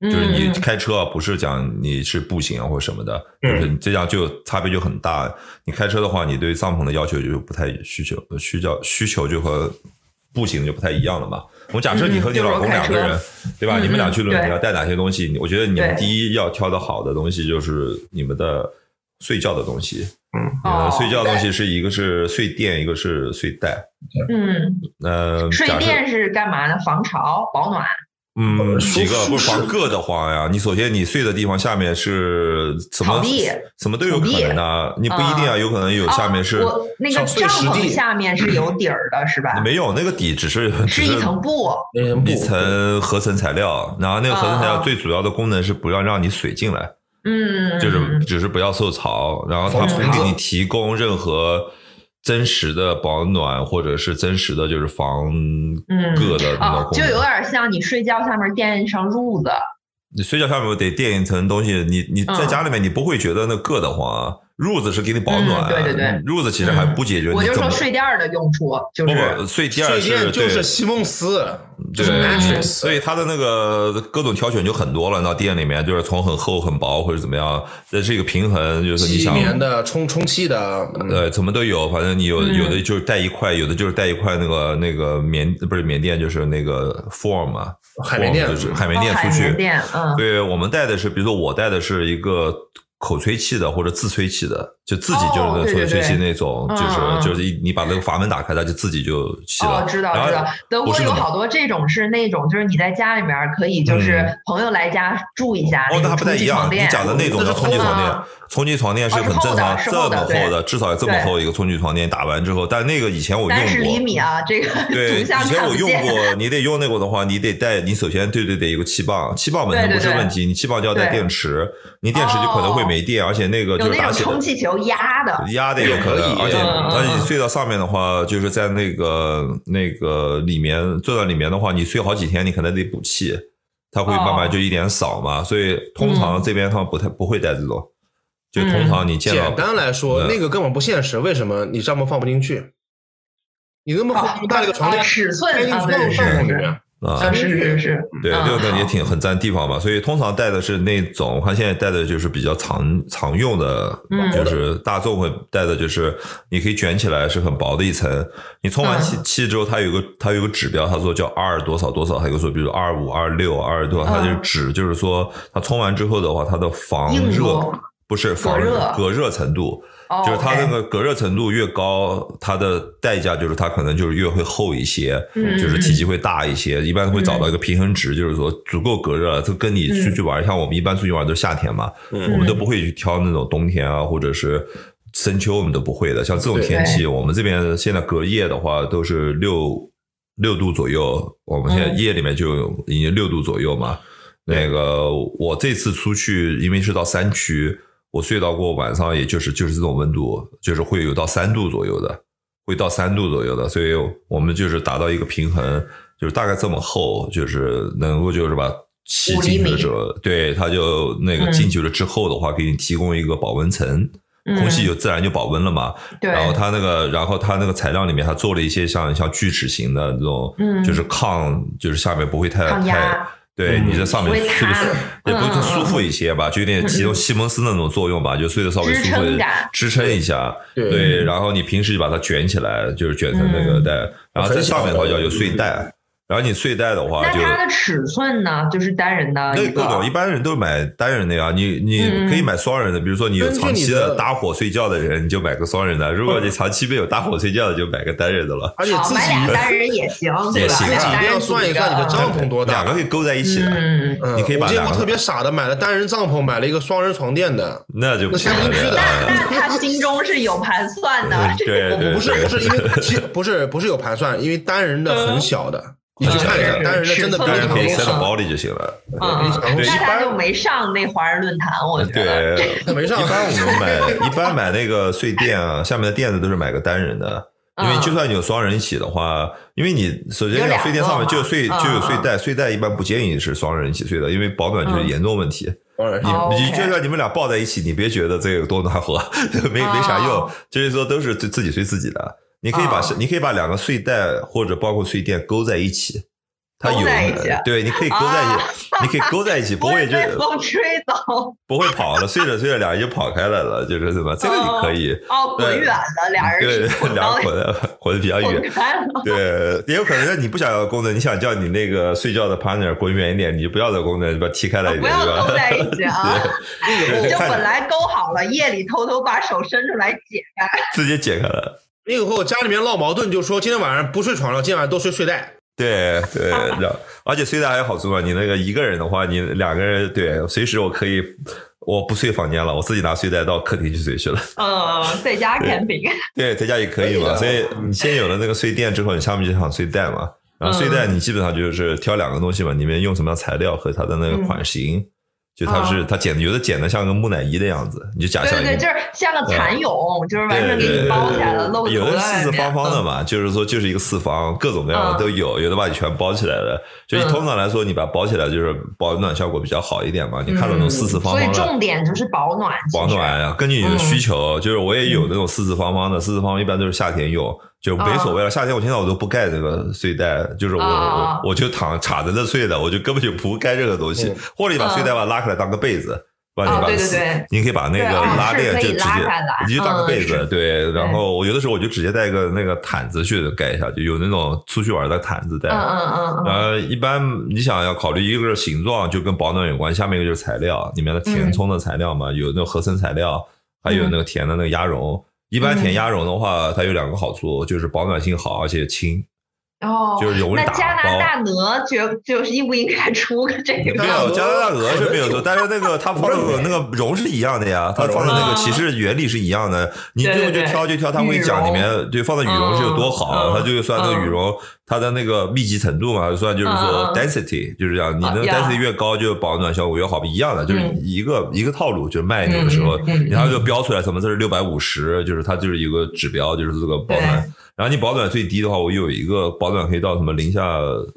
C: 就是你开车不是讲你是步行啊或什么的，就是你这样就差别就很大。你开车的话，你对帐篷的要求就不太需求就和步行就不太一样了嘛。我假设你和你老公2个人，对吧？你们俩去伦敦要带哪些东西？我觉得你们第一要挑的好的东西就是你们的睡觉的东西。睡觉的东西是一个是睡垫，一个是睡袋。
B: 睡垫是干嘛呢？防潮保暖。
C: 几个不是防硌得慌呀。你首先你睡的地方下面是什么都有可能的，你不一定啊，有可能有下面是
B: 那个帐篷下面是有底儿的，是吧？
C: 没有，那个底只是
B: 一层布，
C: 一层合成材料，然后那个合成材料最主要的功能是不要让你水进来，就是只是不要受潮，然后它不给你提供任何真实的保暖或者是真实的就是防硌的那种功能，
B: 就有点像你睡觉下面垫一层褥子。
C: 你睡觉下面得垫一层东西，你在家里面你不会觉得那硌得慌啊。褥子是给你保暖，
B: 对，
C: 褥子其实还不解决。
B: 我就说睡垫的用处就是
C: 不睡垫
A: 就是西蒙斯，就是
C: mattress， 所以它的那个各种挑选就很多了。到店里面就是从很厚很薄或者怎么样，这是一个平衡，就是你想
A: 棉的充气的，
C: 什么都有。反正你有的就是带一块，有的就是带一块那个不是棉垫，就是那个 form 嘛，
A: 海绵垫，
C: 就是海绵垫出去。
B: 对，
C: 我们带的是，比如说我带的是一个口吹气的或者自吹气的，就自己就是那口吹气那种，就是你把那个阀门打开，它就自己就气了。
B: 知道。德国有好多这种是那种，就是你在家里面可以，就是朋友来家住一下。
C: 那还不太一样。你讲的那种叫充气床垫，充气床垫是很正常，这么厚的，至少有这么厚一个充气床垫，打完之后，但那个以前我用过
B: 30厘米啊，这个
C: 对，以前我用过，你得用那个的话，你得带，你首先对得有个气棒，气棒本身不是问题，你气棒就要带电池，你电池就可能会没电，而且那个就是打起来
B: 充气球压的
C: 也可以，而且你睡到上面的话，就是在那个里面坐在里面的话，你睡好几天，你可能得补气，它会慢慢就一点少嘛，所以通常这边他们不会带这种。就通常你见到
A: 简单来说，那个根本不现实。为什么你帐篷放不进去？你那么大的一个床垫，
B: 尺寸
A: 放帐篷里面
B: 是，
C: 对，这个也很占地方嘛。所以通常带的是那种，我看现在带的就是比较常用的，就是大众会带的，就是你可以卷起来，是很薄的一层。你充完气之后，它有个指标，它说叫 R 多少多少，还有说比如25、26、22多少，它就指就是说它充完之后的话，它的防热。不是隔热程度，就是它那个隔热程度越高，它的代价就是它可能就是越会厚一些，就是体积会大一些，一般会找到一个平衡值，就是说足够隔热。这跟你出去玩，像我们一般出去玩都是夏天嘛，我们都不会去挑那种冬天啊，或者是深秋，我们都不会的。像这种天气，我们这边现在隔夜的话都是6度左右，我们现在夜里面就已经6度左右嘛。那个我这次出去，因为是到山区。我睡到过晚上，也就是这种温度，就是会有到3度左右的，所以我们就是达到一个平衡，就是大概这么厚，就是能够就是把气进去的时候，对，它就那个进去了之后的话，给你提供一个保温层，空气就自然就保温了嘛。然后它那个材料里面，它做了一些像锯齿形的这种，就是抗，就是下面不会太。对，你在上面睡得也不是舒服一些吧，就有点起西蒙斯那种作用吧，就睡得稍微舒服，支撑一下。对，然后你平时就把它卷起来，就是卷成那个带，然后在上面的话叫有睡袋。然后你睡袋的话，
B: 那它的尺寸呢，就是单人的
C: 那各种，一般人都买单人的呀。你可以买双人的，比如说你有长期的搭伙睡觉的人，你就买个双人的；如果你长期没有搭伙睡觉的，就买个单人的了。
A: 而且自己
B: 买俩单人也行，
C: 也行。
A: 自己一定要算一算你的帐篷多大，
C: 两个可以勾在一起的。你可以把
A: 我见过特别傻的，买了单人帐篷，买了一个双人床垫的，
C: 那就不行
A: 了。
B: 那他心中是有盘算的。
C: 对，
A: 不是因为不是有盘算，因为单人的很小的。你去看一下，单人的真的
C: 可以塞到包里就行了。
B: 对，那他就没上那华人论坛，我觉得。
A: 对，没上。
C: 一般我们买那个睡垫啊，下面的垫子都是买个单人的，因为就算你有双人一起的话，因为你首先要睡垫上面就有睡袋，睡袋一般不建议是双人一起睡的，因为保暖就是严重问题。你就算你们俩抱在一起，你别觉得这个多暖和，没啥用，就是说都是自己睡自己的。你可以把两个睡袋或者包括睡垫勾在一起， 它有对，你可以勾在一起，你可以勾在一起，不会就
B: 风吹走，
C: 不会跑了，睡着睡着俩人就跑开来了，就是什么，这个你可以
B: 滚远了，俩人
C: 对，俩人滚得比较远，对，也有可能你不想要功能，你想叫你那个睡觉的 partner 滚远一点，你就不要这功能，把它踢开来一点，
B: 不要勾在一起啊，你就本来勾好了，夜里偷偷把手伸出来解开，
C: 直接解开了。
A: 以后家里面闹矛盾就说今天晚上不睡床上，今天晚上都睡睡袋。
C: 对对，而且睡袋还有好处嘛，你那个一个人的话，你两个人对，随时我可以，我不睡房间了，我自己拿睡袋到客厅去睡去了。
B: 在家 camping。
C: 对，在家也可以嘛。所以你先有了那个睡垫之后，你下面就想睡袋嘛。然后睡袋你基本上就是挑两个东西嘛，里面用什么样材料和它的那个款型。就它剪的有的剪的像个木乃伊的样子，你就假象
B: 对，就是像个蚕蛹，就是完全给你包起来了，露出来。
C: 有的四四方方的嘛，就是说就是一个四方，各种各样的都有，有的把你全包起来了。所以通常来说，你把它包起来就是保暖效果比较好一点嘛。你看到那种四四方方的，
B: 所以重点就是保暖。
C: 保暖呀，根据你的需求，就是我也有那种四四方方的，四四方方一般都是夏天用。就没所谓了，夏天我现在我都不盖这个睡袋，就是我就插着的睡的，我就根本就不盖任何东西，或者你把睡袋把它拉开来当个被子，
B: 对，
C: 你可以把那个拉链就直接你就当个被子，对，然后我有的时候我就直接带个那个毯子去盖一下，就有那种出去玩的毯子带，然后一般你想要考虑一个是形状就跟保暖有关，下面一个就是材料，里面的填充的材料嘛，有那种合成材料，还有那个填的那个鸭绒。一般填鸭绒的话，它有两个好处，就是保暖性好，而且轻。就是容易打包。
B: 那加拿大鹅就是应不应该出个这个？
C: 没有，加拿大鹅是没有说，但是那个它放的那个绒是一样的呀，它放的那个其实原理是一样的。你最后就挑，它会讲里面对放的羽绒是有多好，它就算那个羽绒它的那个密集程度嘛，算就是说 density 就是这样，你那个 density 越高，就保暖效果越好，一样的，就是一个套路，就是卖你的时候，然后就标出来什么这是650，就是它就是一个指标，就是这个保暖。然后你保暖最低的话，我有一个保暖可以到什么零下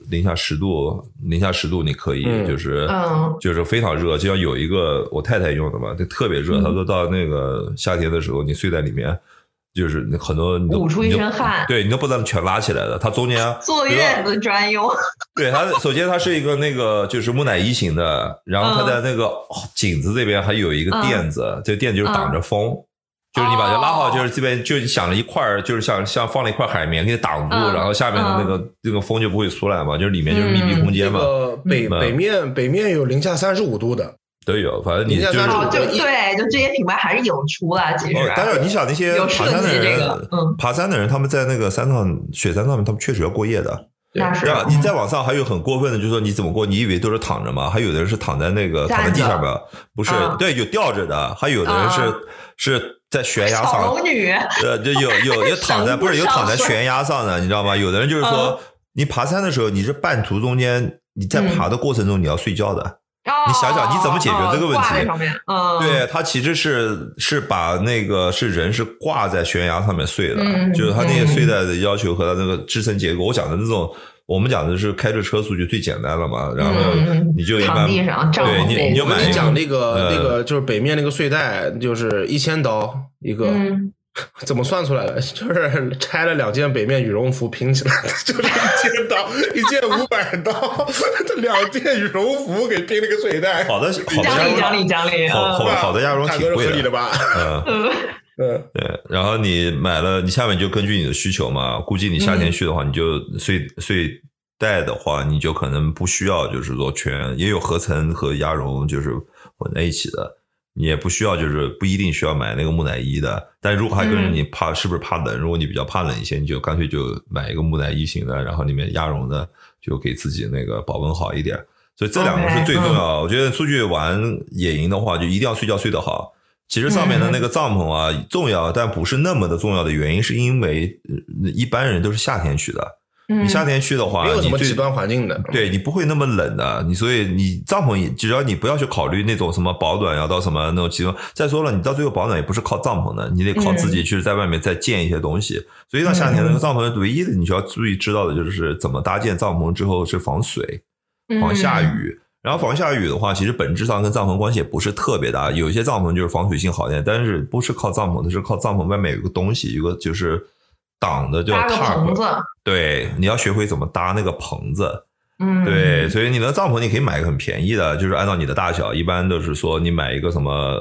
C: 10度，你可以就是非常热，就像有一个我太太用的嘛，就特别热，她说到那个夏天的时候，你睡在里面，就是很多
B: 捂出一身汗，
C: 对你都不能全拉起来的，它中间
B: 坐月子专用。对，
C: 它首先它是一个那个就是木乃伊型的，然后它在那个颈子这边还有一个垫子，这个垫子就是挡着风。就是你把它拉好，就是这边就想了一块，就是像放了一块海绵给你挡住，然后下面的那个风就不会出来嘛，就是里面就是密闭空间嘛。
A: 北面有零下35度的都
C: 有，反正你就是
B: 对，就这些品牌还是有出了。其实，
C: 当然你想那些爬山的人，爬山的人他们在那个雪山上面，他们确实要过夜的。
B: 是
C: 你再往上还有很过分的，就是说你怎么过？你以为都是躺着吗？还有的人是躺在地上面，不是，对，有吊着的，还有的人是在悬崖上，
B: 小龙女，
C: 就有躺在不是有躺在悬崖上的，你知道吗？有的人就是说，你爬山的时候，你是半途中间你在爬的过程中你要睡觉的。你想想你怎么解决这个问题？对，他其实是把那个人是挂在悬崖上面睡的，就是他那些睡袋的要求和他那个支撑结构。我讲的那种，我们讲的是开着车速就最简单了嘛，然后你就一般对你就买一个。
A: 你讲那个就是北面那个睡袋，就是1000刀一个。怎么算出来的？就是拆了2件北面羽绒服拼起来的，就是1件刀，1件500刀，这2件羽绒服给拼了个睡袋。
C: 好的
B: 奖励，
C: 好的鸭绒挺贵
A: 的吧？
C: 对。然后你买了，你下面就根据你的需求嘛。估计你夏天去的话，你就睡袋的话，你就可能不需要，就是说也有合成和鸭绒就是混在一起的。你也不需要，就是不一定需要买那个木乃伊的，但如果还跟着你是不是怕冷？如果你比较怕冷一些，你就干脆就买一个木乃伊型的，然后里面鸭绒的，就给自己那个保温好一点。所以这两个是最重要。我觉得出去玩野营的话，就一定要睡觉睡得好。其实上面的那个帐篷啊重要，但不是那么的重要的原因，是因为一般人都是夏天去的。你夏天去的话，
A: 没有什么极端环境的，
C: 对，你不会那么冷的。所以你帐篷只要你不要去考虑那种什么保暖要到什么那种极端。再说了，你到最后保暖也不是靠帐篷的，你得靠自己去在外面再建一些东西。所以到夏天那个帐篷唯一的你需要注意知道的就是怎么搭建帐篷之后是防水、防下雨。然后防下雨的话，其实本质上跟帐篷关系也不是特别大。有些帐篷就是防水性好一点，但是不是靠帐篷的，是靠帐篷外面有一个东西，一个就是挡的叫 tarp， 对，你要学会怎么搭那个棚子。 对，所以你的帐篷你可以买个很便宜的，就是按照你的大小，一般都是说你买一个什么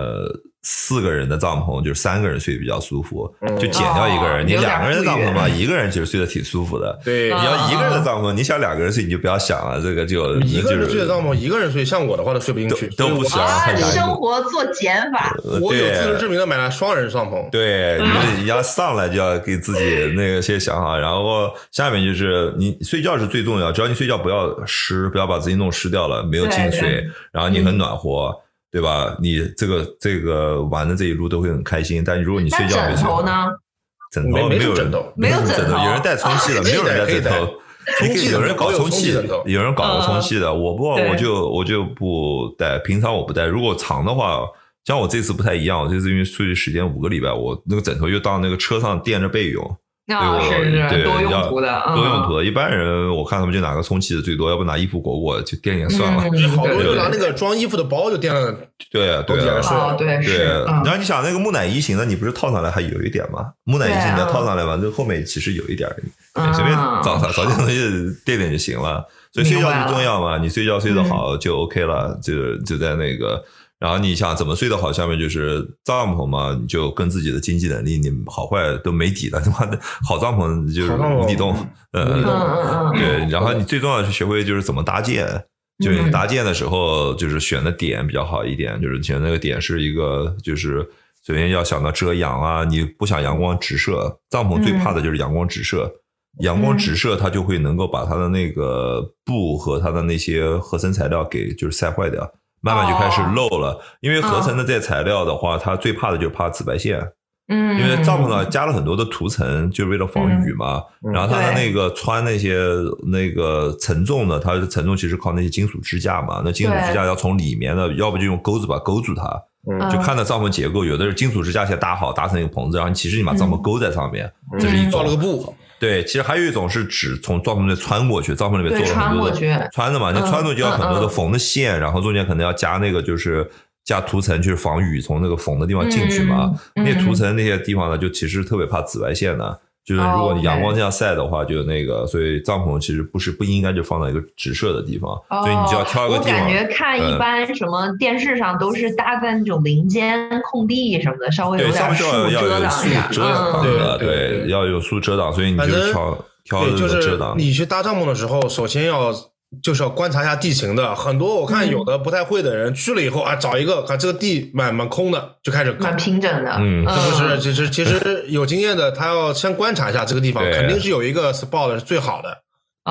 C: 4个人的帐篷，就是3个人睡比较舒服，就减掉1个人。你2个人的帐篷嘛，1个人其实睡得挺舒服的。
A: 对，
C: 你要1个人的帐篷，你想2个人睡，你就不要想了，这个就
A: 1个人睡的帐篷，1个人睡，像我的话都睡不进去，
C: 都不行。
B: 生活做减法，
A: 我有自知之明的买了双人帐篷。
C: 对，你要上来就要给自己那个先想好，然后下面就是你睡觉是最重要，只要你睡觉不要湿，不要把自己弄湿掉了，没有进水，然后你很暖和。对吧？你这个玩的这一路都会很开心，但如果你睡觉没睡好，枕头
A: 没有枕头，
C: 没有枕头，有人带充气的，没有人带枕头，有人搞充气，有人搞充气的，我就不带，平常我不带。如果长的话，像我这次不太一样，我这次因为出去时间5个礼拜，我那个枕头又当那个车上垫着备用。
B: 是多用途的，
C: 多用途的。一般人我看他们就拿个充气的最多，要不拿衣服裹裹就垫算了。
A: 好多就拿那个装衣服的包就垫了。
C: 对，
B: 对。
C: 然后你想那个木乃伊型的，你不是套上来还有一点吗？木乃伊型的套上来嘛，这后面其实有一点，随便找点东西垫垫就行了。所以睡觉最重要嘛，你睡觉睡得好就 OK 了，就在那个。然后你想怎么睡得好，下面就是帐篷嘛，你就跟自己的经济能力，你好坏都没底了，他妈的好帐篷就是无底洞，对。然后你最重要的是学会就是怎么搭建，就是你搭建的时候就是选的点比较好一点，就是选那个点是一个就是首先要想到遮阳啊，你不想阳光直射，帐篷最怕的就是阳光直射，阳光直射它就会能够把它的那个布和它的那些合成材料给就是晒坏掉。慢慢就开始漏了，因为合成的这些材料的话，它最怕的就是怕紫外线。因为帐篷呢加了很多的涂层，就是为了防雨嘛。然后它的那个穿那些那个承重的，它的承重其实靠那些金属支架嘛。那金属支架要从里面的，要不就用钩子把勾住它。就看到帐篷结构，有的是金属支架先搭好，搭成一个棚子，然后其实你把帐篷勾在上面，这是一种。
A: 造了个布。
C: 对，其实还有一种是指从帐篷里穿过去，帐篷里面做了很多的穿的嘛，你穿过去要很多的缝的线，然后中间可能要加那个就是加涂层，就是防雨从那个缝的地方进去嘛。那些涂层那些地方呢，就其实特别怕紫外线的。就是如果你阳光这样晒的话，就那个，所以帐篷其实不应该就放在一个直射的地方，所以你就要挑一个地方。
B: 我感觉看一般什么电视上都是搭在那种林间空地什么的，稍微有点树
C: 遮挡的，对，要有树遮挡，所以你就挑这个遮挡。
A: 你去搭帐篷的时候，首先要观察一下地形的，很多我看有的不太会的人去了以后啊，找一个看这个地蛮空的，就开始
B: 蛮平整的，
A: 这不是其实有经验的，他要先观察一下这个地方，肯定是有一个 spot 是最好的。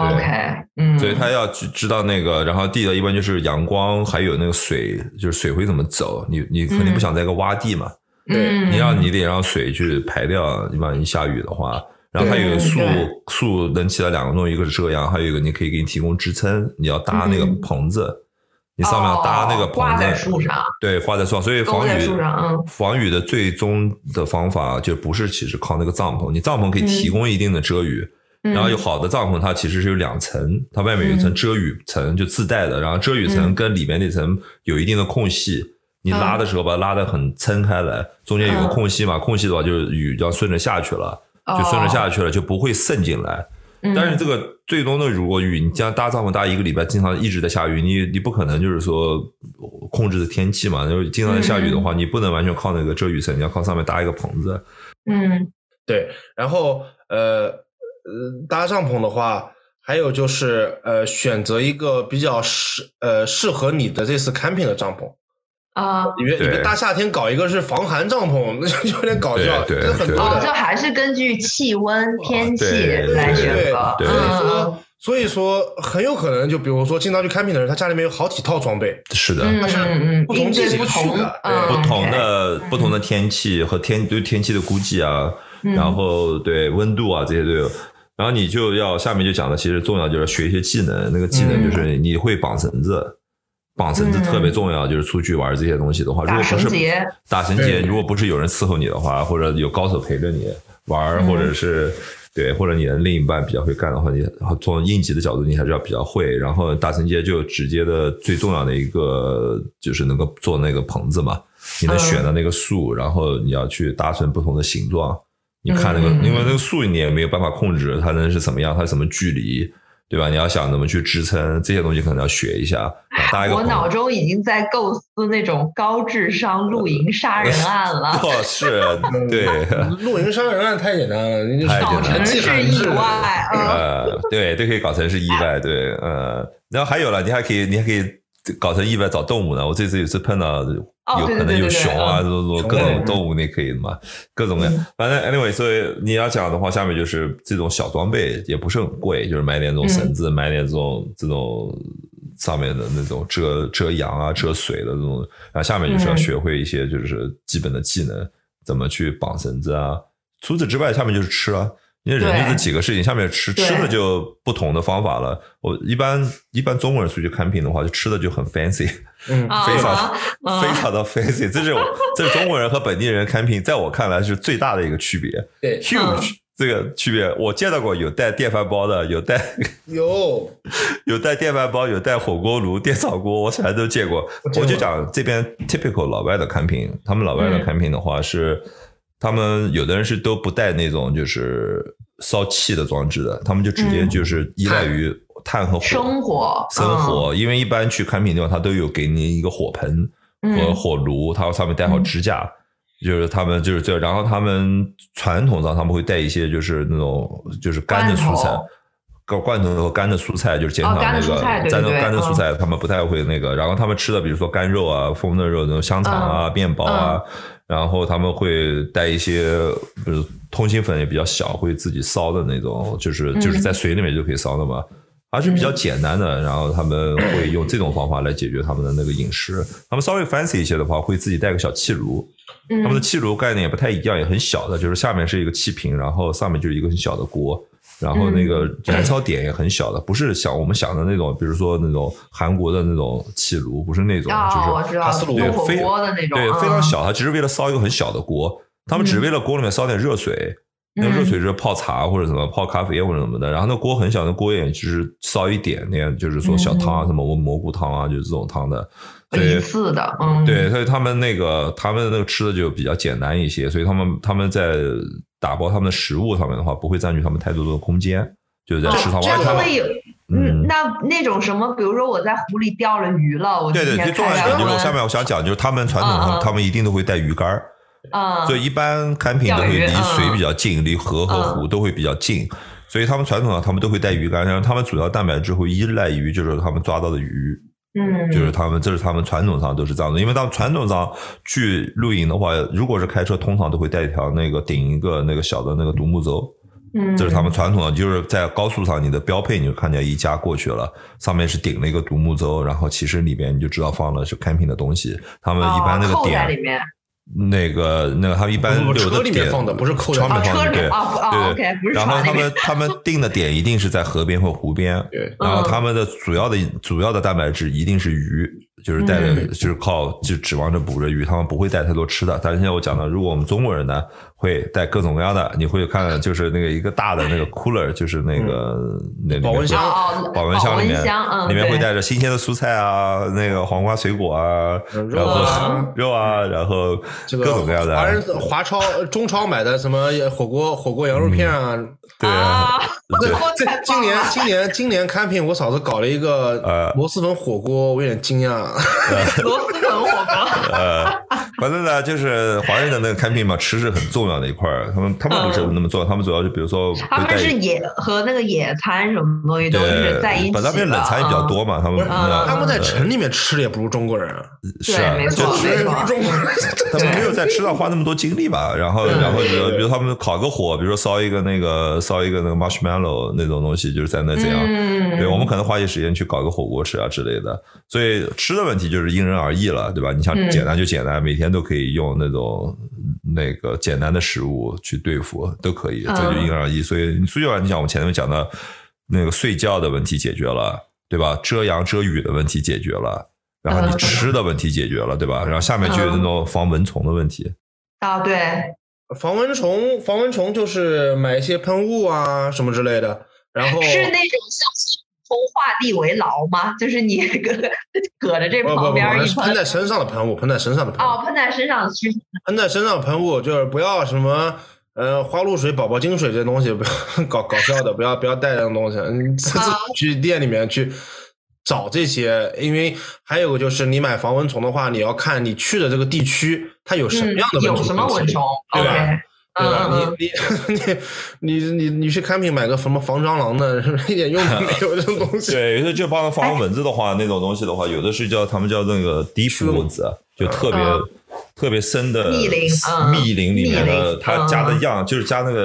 B: OK，
C: 所以他要知道那个，然后第一个一般就是阳光，还有那个水，就是水会怎么走，你肯定不想在一个洼地嘛，
A: 对，
C: 你得让水去排掉，一般一下雨的话。然后还有树能起来2个作用，一个是遮阳，还有一个你可以给你提供支撑。你要搭那个棚子，你上面要搭那个棚子，
B: 挂在树上，
C: 对，挂在树上。所以防雨的最终的方法就不是其实靠那个帐篷，你帐篷可以提供一定的遮雨。然后有好的帐篷，它其实是有2层，它外面有一层遮雨层就自带的，然后遮雨层跟里面那层有一定的空隙。你拉的时候把它拉得很撑开来，中间有个空隙嘛，空隙的话就是雨要顺着下去了。就顺着下去了，就不会渗进来。但是这个最终的，如果雨你将搭帐篷搭1个礼拜，经常一直在下雨，你不可能就是说控制的天气嘛。就是经常在下雨的话，你不能完全靠那个遮雨层，你要靠上面搭一个棚子。
A: 对。然后搭帐篷的话，还有就是选择一个比较适合你的这次 camping 的帐篷。你们大夏天搞一个是防寒帐篷，那就有点搞笑。
C: 对，
A: 很多的
B: 就还是根据气温、天气来选择。
A: 所以说很有可能，就比如说经常去 camping 的人，他家里面有好几套装备。
C: 是的，
A: 但是不同季节去
C: 的，不同的天气和对天气的估计啊，然后对温度啊这些都有。然后你就要下面就讲的，其实重要就是学一些技能。那个技能就是你会绑绳子。绑绳子特别重要，就是出去玩这些东西的话，如果不是打绳结，如果不是有人伺候你的话，或者有高手陪着你玩，或者是对，或者你的另一半比较会干的话，你从应急的角度你还是要比较会。然后打绳结就直接的最重要的一个就是能够做那个棚子嘛，你能选的那个树，然后你要去搭成不同的形状。你看那个，因为那个树你也没有办法控制它能是什么样，它什么距离。 对吧？你要想怎么去支撑这些东西，可能要学一下。
B: 我脑中已经在构思那种高智商露营杀人案了。
C: 是，对，
A: 露营杀人案太简单了，你
B: 搞城市意外，
C: 对，都可以搞成是意外，对，然后还有了，你还可以搞成意外找动物呢。我这次有次碰到有可能有熊啊，各种动物，你可以嘛，各种各样。反正 anyway， 所以你要讲的话，下面就是这种小装备也不是很贵，就是买点这种绳子，买点这种上面的那种遮阳啊、遮水的这种。然后下面就是要学会一些就是基本的技能，怎么去绑绳子啊。除此之外，下面就是吃啊。因为人就这几个事情，下面吃的就不同的方法了。我一般中国人出去camping的话，就吃的就很 fancy，非常的 fancy。这是中国人和本地人camping，在我看来是最大的一个区别。
A: 对
C: ，huge 这个区别，我见到过有带电饭煲的，有带电饭煲，有带火锅炉、电炒锅，我全都见过。我就讲这边 typical 老外的camping，他们老外的camping的话是。他们有的人是都不带那种就是烧气的装置的，他们就直接就是依赖于炭和火
B: 生火，
C: 因为一般去camping地方，他都有给你一个火盆和火炉，它上面带好支架，就是他们就是这，然后他们传统上他们会带一些就是那种就是干的蔬菜。罐头和干的蔬菜就是减少那个干的蔬菜，他们不太会那个。然后他们吃的，比如说干肉啊、风的肉、那种香肠啊、面包啊，然后他们会带一些，比如通心粉也比较小，会自己烧的那种，就是在水里面就可以烧的嘛，还是比较简单的。然后他们会用这种方法来解决他们的那个饮食。他们稍微 fancy 一些的话，会自己带个小气炉。他们的气炉概念也不太一样，也很小的，就是下面是一个气瓶，然后上面就是一个很小的锅。然后那个燃烧点也很小的，不是像我们想的那种，比如说那种韩国的那种气炉，不是那种，就是
B: 哈斯炉火锅的那种，
C: 对，非常小，它只是为了烧一个很小的锅，他们只是为了锅里面烧点热水，那个热水是泡茶或者什么泡咖啡或者什么的，然后那锅很小，那锅也只是烧一点点，就是说小汤啊，什么蘑菇汤啊，就是这种汤的。
B: 类似的，
C: 对，所以他们那个吃的就比较简单一些，所以他们在打包他们的食物上面的话，不会占据他们太多的空间，就是在食堂外他们。
B: 那种什么，比如说我在湖里钓了鱼了，我
C: 对，最重要一点就是下面我想讲，就是他们传统上他们一定都会带鱼竿所以一般camping都会离水比较近，离河和湖都会比较近，所以他们传统上他们都会带鱼竿，然后他们主要蛋白质会依赖于就是他们抓到的鱼。就是这是他们传统上都是这样的，因为他们传统上去露营的话，如果是开车，通常都会带一条那个顶一个那个小的那个独木舟。这是他们传统的，就是在高速上你的标配，你就看见一架过去了，上面是顶了一个独木舟，然后其实里面你就知道放了是 camping 的东西。他们一般那个点。那个他们一般有的点
A: 放的不是扣在
C: 上面放的，对
B: 对。
C: 然后他们定的点一定是在河边或湖边，然后他们的主要的蛋白质一定是鱼，就是带的就是就指望着捕着鱼，他们不会带太多吃的。但是现在我讲的，如果我们中国人呢会带各种各样的，你会看就是那个一个大的那个 cooler， 就是那个
A: 保温箱，
C: 保温箱里面会带着新鲜的蔬菜啊，那个黄瓜水果啊，然后肉啊，然后各种各样的。
A: 华超、中超买的什么火锅羊肉片啊，
C: 对啊。
A: 今年camping我嫂子搞了一个螺蛳粉火锅，我有点惊讶。
B: 螺蛳粉火锅。
C: 反正呢，就是华人的那个camping嘛，吃是很重要的一块儿。他们不是那么做，他们主要就比如说，
B: 他们是和那个野餐什么东西都是在一起的。
C: 那边冷餐也比较多嘛，他
A: 们在城里面吃的也不如中国人。
C: 是啊，
B: 没错。
C: 他们没有在吃上花那么多精力吧？然后比如他们烤个火，比如说烧一个那个 marshmallow 那种东西，就是在那这样。对，我们可能花一些时间去搞个火锅吃啊之类的。所以吃的问题就是因人而异了，对吧？你想简单就简单，每天都可以用那个简单的食物去对付都可以，这就因人而异。所以你出去玩，你想我们前面讲的那个睡觉的问题解决了，对吧？遮阳遮雨的问题解决了，然后你吃的问题解决了，对吧？然后下面就有那种防蚊虫的问题。
B: 对，
A: 防蚊虫就是买一些喷雾啊什么之类的，然后
B: 是那种像从画地为牢吗？就是你搁着这旁边一
A: 喷在身上的喷雾，喷在身上的喷雾，
B: 喷在身上的喷雾
A: 就是不要什么花露水、宝宝精水这些东西不要搞笑的，不要带这种东西。你自己去店里面去找这些，因为还有个就是你买防蚊虫的话，你要看你去的这个地区它有什么样的蚊虫，
B: 有什么蚊虫，
A: 对吧？
B: Okay.
A: 对吧？你去看病买个什么防蟑螂的，一点用都没有这种东西。
C: 对，有的就帮防蚊子的话，那种东西的话，有的是他们叫那个 deep 蚊子，就特别深的密林里面的，它加的样就是加那个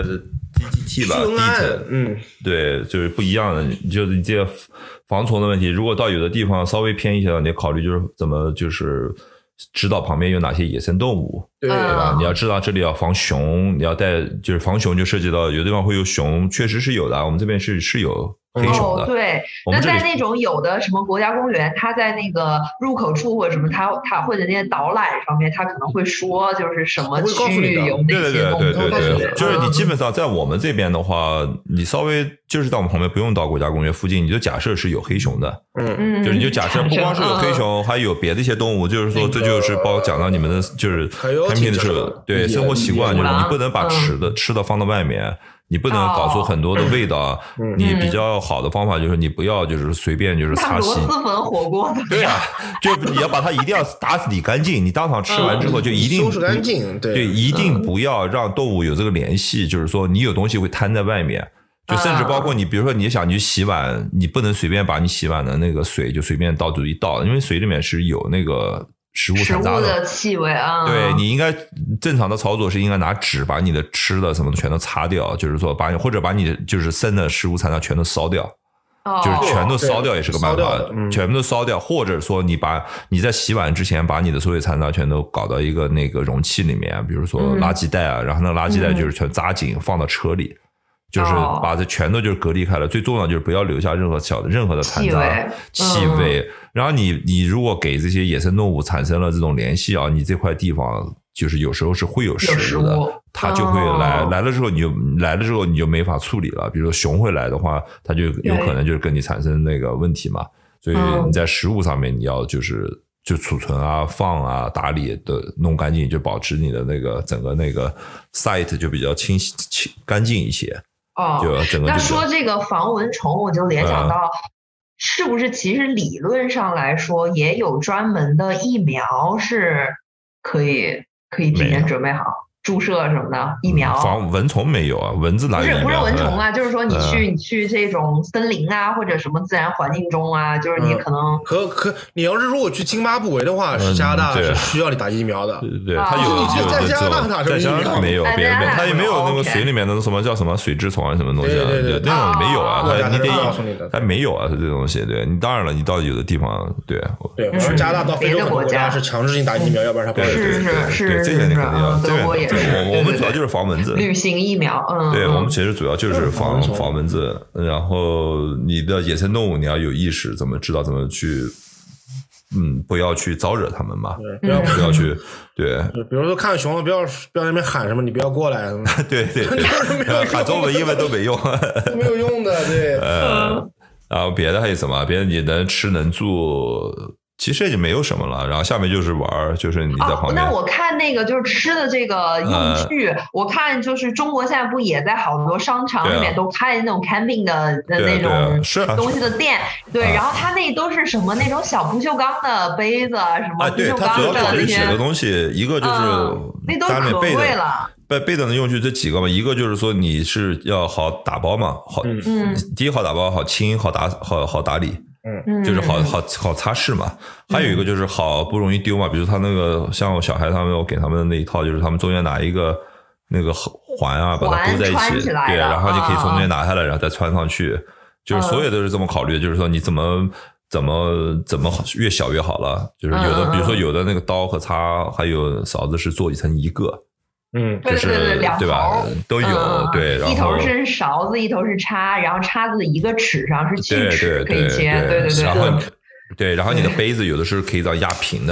C: DDT 吧，DDT，对，就是不一样的。就是你这个防虫的问题，如果到有的地方稍微偏一些，你考虑就是怎么就是知道旁边有哪些野生动物，对吧？你要知道这里要防熊，你要带就是防熊就涉及到有的地方会有熊，确实是有的，我们这边是有黑熊的。
B: 对，那在那种有的什么国家公园，它在那个入口处或者什么，它或者那些导览上面，它可能会说就是什么区域有哪些动物。
C: 对，就是你基本上在我们这边的话，你稍微就是到我们旁边不用到国家公园附近，你就假设是有黑熊的，就是你就假设不光是有黑熊，还有别的一些动物，就是说这就是包讲到你们的就是camping的时候，对生活习惯，就是你不能把吃的放到外面。你不能搞出很多的味道，你比较好的方法就是你不要就是随便就是擦洗。
B: 螺蛳粉火锅的。
C: 对啊，就你要把它一定要打理干净，你当场吃完之后就一定
A: 收拾干净，
C: 对，一定不要让动物有这个联系，就是说你有东西会摊在外面。就甚至包括你，比如说你想去洗碗，你不能随便把你洗碗的那个水就随便倒出一倒，因为水里面是有那个食物残渣
B: 的气味啊。
C: 对，你应该正常的操作是应该拿纸把你的吃的什么的全都擦掉，就是说或者把你就是生的食物残渣全都烧掉。就是全都烧掉也是个办法，全部都烧掉，或者说你在洗碗之前把你的所有残渣全都搞到一个那个容器里面，比如说垃圾袋啊，然后那垃圾袋就是全扎紧放到车里。就是把这全都就是隔离开了，最重要就是不要留下任何的残渣、气味。然后你如果给这些野生动物产生了这种联系啊，你这块地方就是有时候是会有食物的，它就会来了之后你就没法处理了。比如说熊会来的话，它就有可能就是跟你产生那个问题嘛。所以你在食物上面你要就储存啊、放啊、打理的弄干净，就保持你的那个整个那个 site 就比较清晰干净一些。
B: 那说这个防蚊虫，我就联想到，是不是其实理论上来说，也有专门的疫苗是可以提前准备好注射什么的疫苗？
C: 防蚊虫没有啊，蚊子哪有疫苗？
B: 不是蚊虫啊，就是说你去这种森林啊，或者什么自然环境中啊，就是你可能
A: 你要是如果去津巴布韦的话，是加拿大是需要你打疫苗的。
C: 对，它有
A: 在加拿大打什么疫苗？
C: 没有，别人它也没有那个水里面的什么叫什么水蛭虫啊什么东西啊，
A: 对
C: 那种没有啊，
A: 你得
C: 它没有啊，这东西。对你当然了，你到有的地方对，
A: 加拿大到非洲很多国家是强制性打疫苗，要不然它不
B: 是
C: 这些你肯定要。
B: 德国也是。
C: 我们主要就是防蚊子，
B: 旅行疫苗，
C: 对，我们其实主要就是防蚊子。然后你的野生动物你要有意识，怎么知道怎么去，不要去招惹他们嘛，不要去，对。
A: 比如说看熊了，不要在那边喊什么，你不要过来。
C: 对，喊中文、英文都没用，
A: 没有用的，对。
C: 然后别的还有什么？别的你能吃能住。其实也没有什么了，然后下面就是玩，就是你在旁边。
B: 那我看那个就是吃的这个用具，我看就是中国现在不也在好多商场里面都开那种 camping 的那种东西的店，对，然后它那都是什么那种小不锈钢的杯子，什么不锈钢的
C: 这些的东西，一个就是
B: 那都可贵了。
C: 备的用具这几个嘛，一个就是说你是要好打包嘛，第一好打包，好清，好打理。就是好擦拭嘛，还有一个就是好不容易丢嘛，比如他那个像我小孩他们，我给他们的那一套，就是他们中间拿一个那个环啊，把它勾在一起，对，然后你可以从中间拿下来，然后再穿上去，就是所有都是这么考虑，就是说你怎么越小越好了，就是有的比如说有的那个刀和叉还有勺子是做成一个。
B: 对，两头
C: 吧都有，对，然后
B: 一头是勺子，一头是叉，然后叉子的一个齿上是锯齿可以切，对，
C: 然后对，然后你的杯子有的是可以这样压平的，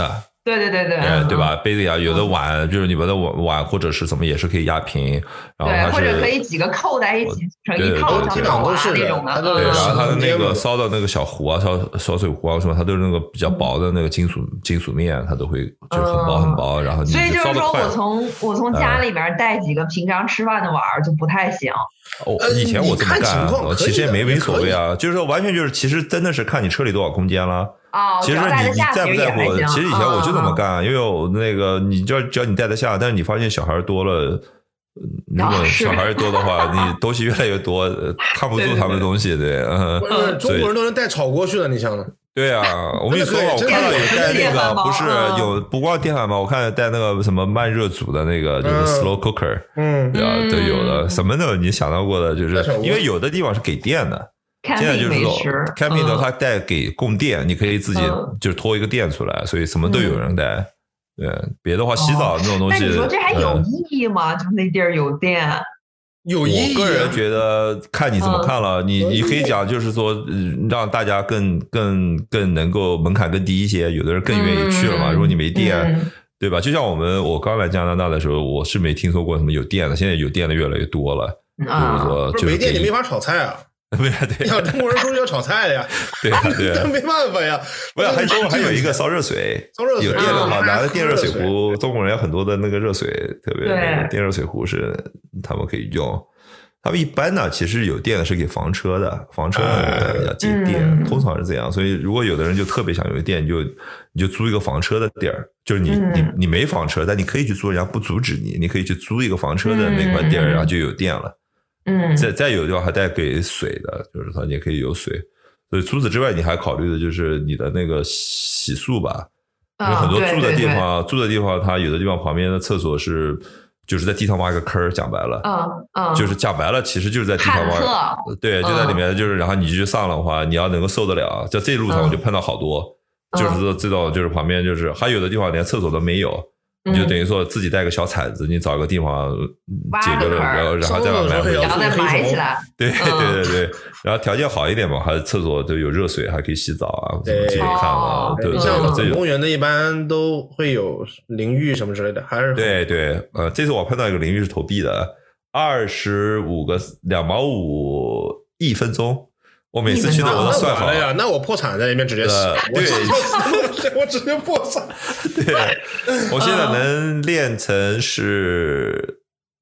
B: 对对对对，
C: 对吧？杯子呀，有的碗就是你们的碗或者是什么也是可以压平，然后
B: 对，或者可以几个扣在一起成一套像套娃那种的。
C: 对，然后它的那个烧的那个小壶啊，烧水壶啊什么，它都是那个比较薄的那个金属面，它都会就很薄很薄，然后你
B: 所以就是说我从家里边带几个平常吃饭的碗就不太行。
C: 以前我这么干，其实也没所谓啊，就是说完全就是其实真的是看你车里多少空间了。其实你在不在乎？其实以前我就这么干，因为我那个你只要你带得下，但是你发现小孩多了，如果小孩多的话，你东西越来越多，看不住他们的东西，对。
A: 中国人都能带炒锅去的，你想呢？
C: 对啊，我跟你说，我看到有带那个，不是有不光电饭煲，我看带那个什么慢热煮的那个，就是 slow cooker，对啊，都有的，什么的你想到过的，就是因为有的地方是给电的。现在就是说 camping 的它带给供电，你可以自己就是拖一个电出来，所以什么都有人带。对，别的话洗澡那种东西，
B: 那你说这还有意义吗？就那地儿有电，
A: 有意义。
C: 我个人觉得看你怎么看了，你可以讲就是说让大家更能够门槛更低一些，有的人更愿意去了嘛。如果你没电，对吧？就像我刚来加拿大的时候，我是没听说过什么有电的，现在有电的越来越多了。就是说，
A: 没电你没法炒菜啊。
C: 对呀，对呀，
A: 中国人都是要炒菜的呀，
C: 对呀，对呀，
A: 没办法呀。
C: 不是，还有一个烧热水，有电的话，拿着电热水壶，中国人有很多的那个热水，特别电热水壶是他们可以用。他们一般呢，其实有电的是给房车的，房车要接电，通常是这样。所以如果有的人就特别想有电，你就租一个房车的地儿，就是你没房车，但你可以去租，人家不阻止你，你可以去租一个房车的那块地儿，然后就有电了。再有的地方还带给水的，就是它也可以有水。所以除此之外，你还考虑的就是你的那个洗漱吧。因为很多住的地方，它有的地方旁边的厕所就是在地上挖一个坑，讲白了，就是讲白了，其实就是在地上挖，对，就在里面，就是然后你去上的话，你要能够受得了。在这路上我就碰到好多，就是这种就是旁边就是还有的地方连厕所都没有。你就等于说自己带个小铲子，你找个地方解决了，然后再把埋回去，
B: 然后再埋起来。
C: 对，然后条件好一点嘛，还厕所都有热水，还可以洗澡啊，什么自己看啊，对。
A: 像公园的一般都会有淋浴什么之类的，还是
C: 对，这次我碰到一个淋浴是投币的，25个2毛51分钟。我每次去的我都算好
A: 了呀，那我破产在那边直接洗，
C: 对，
A: 我直接破产。
C: 对，我现在能练成是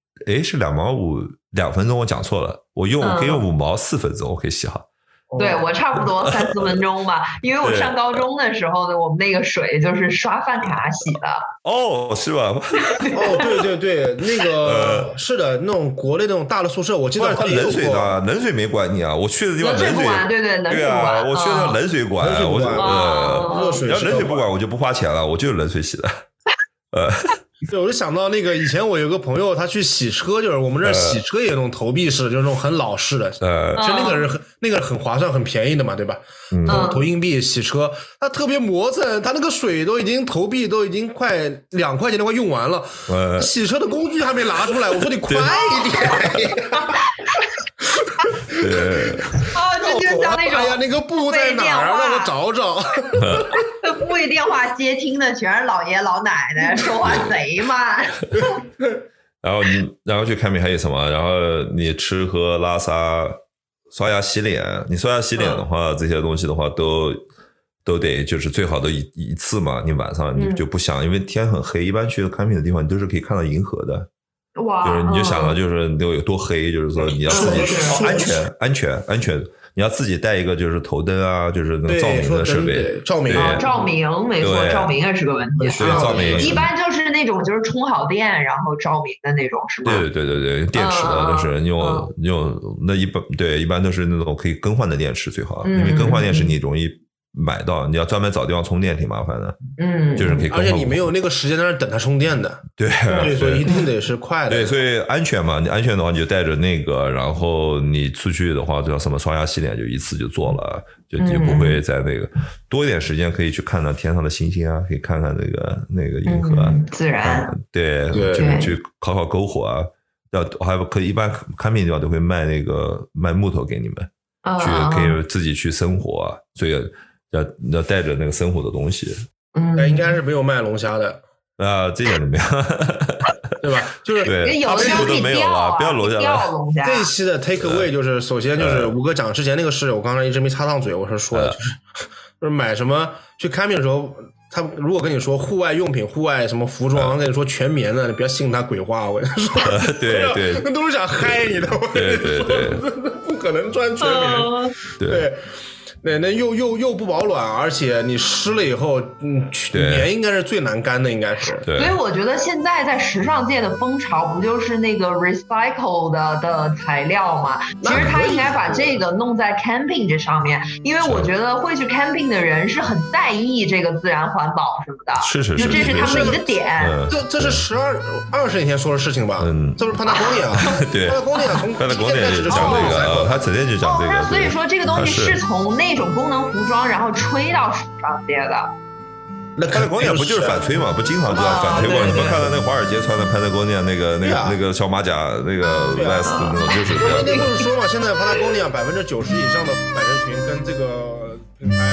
C: 2毛5 2分钟，我讲错了，我可以用5毛4分钟，我可以洗好。
B: 对，我差不多3、4分钟吧，因为我上高中的时候呢，我们那个水就是刷饭卡洗的。
C: 哦，是吧？
A: 对，那个是的，那种国内那种大的宿舍，我记得
C: 它冷水呢，冷水没管你啊，我去的地方冷水
B: 不管，对，冷水不管。
C: 我去的冷水管，
A: 热水，
C: 要冷水不管我就不花钱了，我就冷水洗的。
A: 对，我就想到那个以前我有个朋友，他去洗车，就是我们这儿洗车也有那种投币式，就是那种很老式的，其实那个很划算、很便宜的嘛，对吧？投硬币洗车，他特别磨蹭，他那个水都已经投币都已经快2块钱都快用完了，洗车的工具还没拿出来，我说你快一点。
C: 对，
B: 这就像那种，
A: 哎呀，那个布在哪儿啊？让我找找。
B: 部位电话接听的全是老爷老奶奶，说话贼慢。
C: 然后去看病还有什么？然后你吃喝拉撒、刷牙洗脸，你刷牙洗脸的话，这些东西的话都得就是最好的一次嘛。你晚上你就不想，因为天很黑，一般去看病的地方你都是可以看到银河的。
B: 哇！
C: 就是你就想到就是都有多黑，就是说你要自己安全。你要自己带一个就是头灯啊，就是那个照明的设备，
A: 照明
B: 没错，照明也是个问题。
C: 对，照明
B: 一般就是那种就是充好电然后照明的那种，是吗？
C: 对，电池的都是用那一般都是那种可以更换的电池最好，因为更换电池你容易买到，你要专门找地方充电挺麻烦的。就是可以更换，
A: 而且你没有那个时间在那等它充电的。对，所以一定得是快的。
C: 对，所以安全嘛，你安全的话你就带着那个，然后你出去的话，就什么刷牙洗脸就一次就做了，就不会在那个多一点时间可以去看到天上的星星啊，可以看看那个银河啊，
B: 自然。
C: 对，就是去烤篝火啊，还可以一般看病地方都会卖木头给你们，可以自己去生火啊，所以要带着那个生活的东西。
A: 但应该是没有卖龙虾的
C: 这点没有。
A: 对吧？就是
B: 有的
C: 都没有了，不要
B: 龙虾。
A: 这一期的 take away 就是，首先就是吴哥讲之前那个事，我刚才一直没插上嘴，我是说的，就是买什么去 camping 的时候，他如果跟你说户外用品、户外什么服装，跟你说全棉的，你不要信他鬼话，我跟你说，
C: 对，
A: 那都是想嗨你的，
C: 对，
A: 不可能穿全棉，对。那又不保暖，而且你湿了以后，棉应该是最难干的，应该是。
B: 所以我觉得现在在时尚界的风潮，不就是那个 recycle 的材料吗？其实他应该把这个弄在 camping 这上面，因为我觉得会去 camping 的人是很在意这个自然环保什么的。
C: 是，
B: 就这是他们的一个点。
A: 这是20年前说的事情吧？这不是潘达光年啊？
C: 对，
A: 潘达光年从
C: 潘达光年就讲这个，他整天就讲这个。
B: 那所以说这个东西是从那种功能服装，然后吹到时尚界的。
C: 那潘达光年不就是反吹嘛？不经常这样反吹过？你们看到那华尔街穿的潘达光年那个小马甲那个 vest 那种，就是这样。
A: 那不是说嘛？现在潘达光年90%以上的百人裙跟这个品牌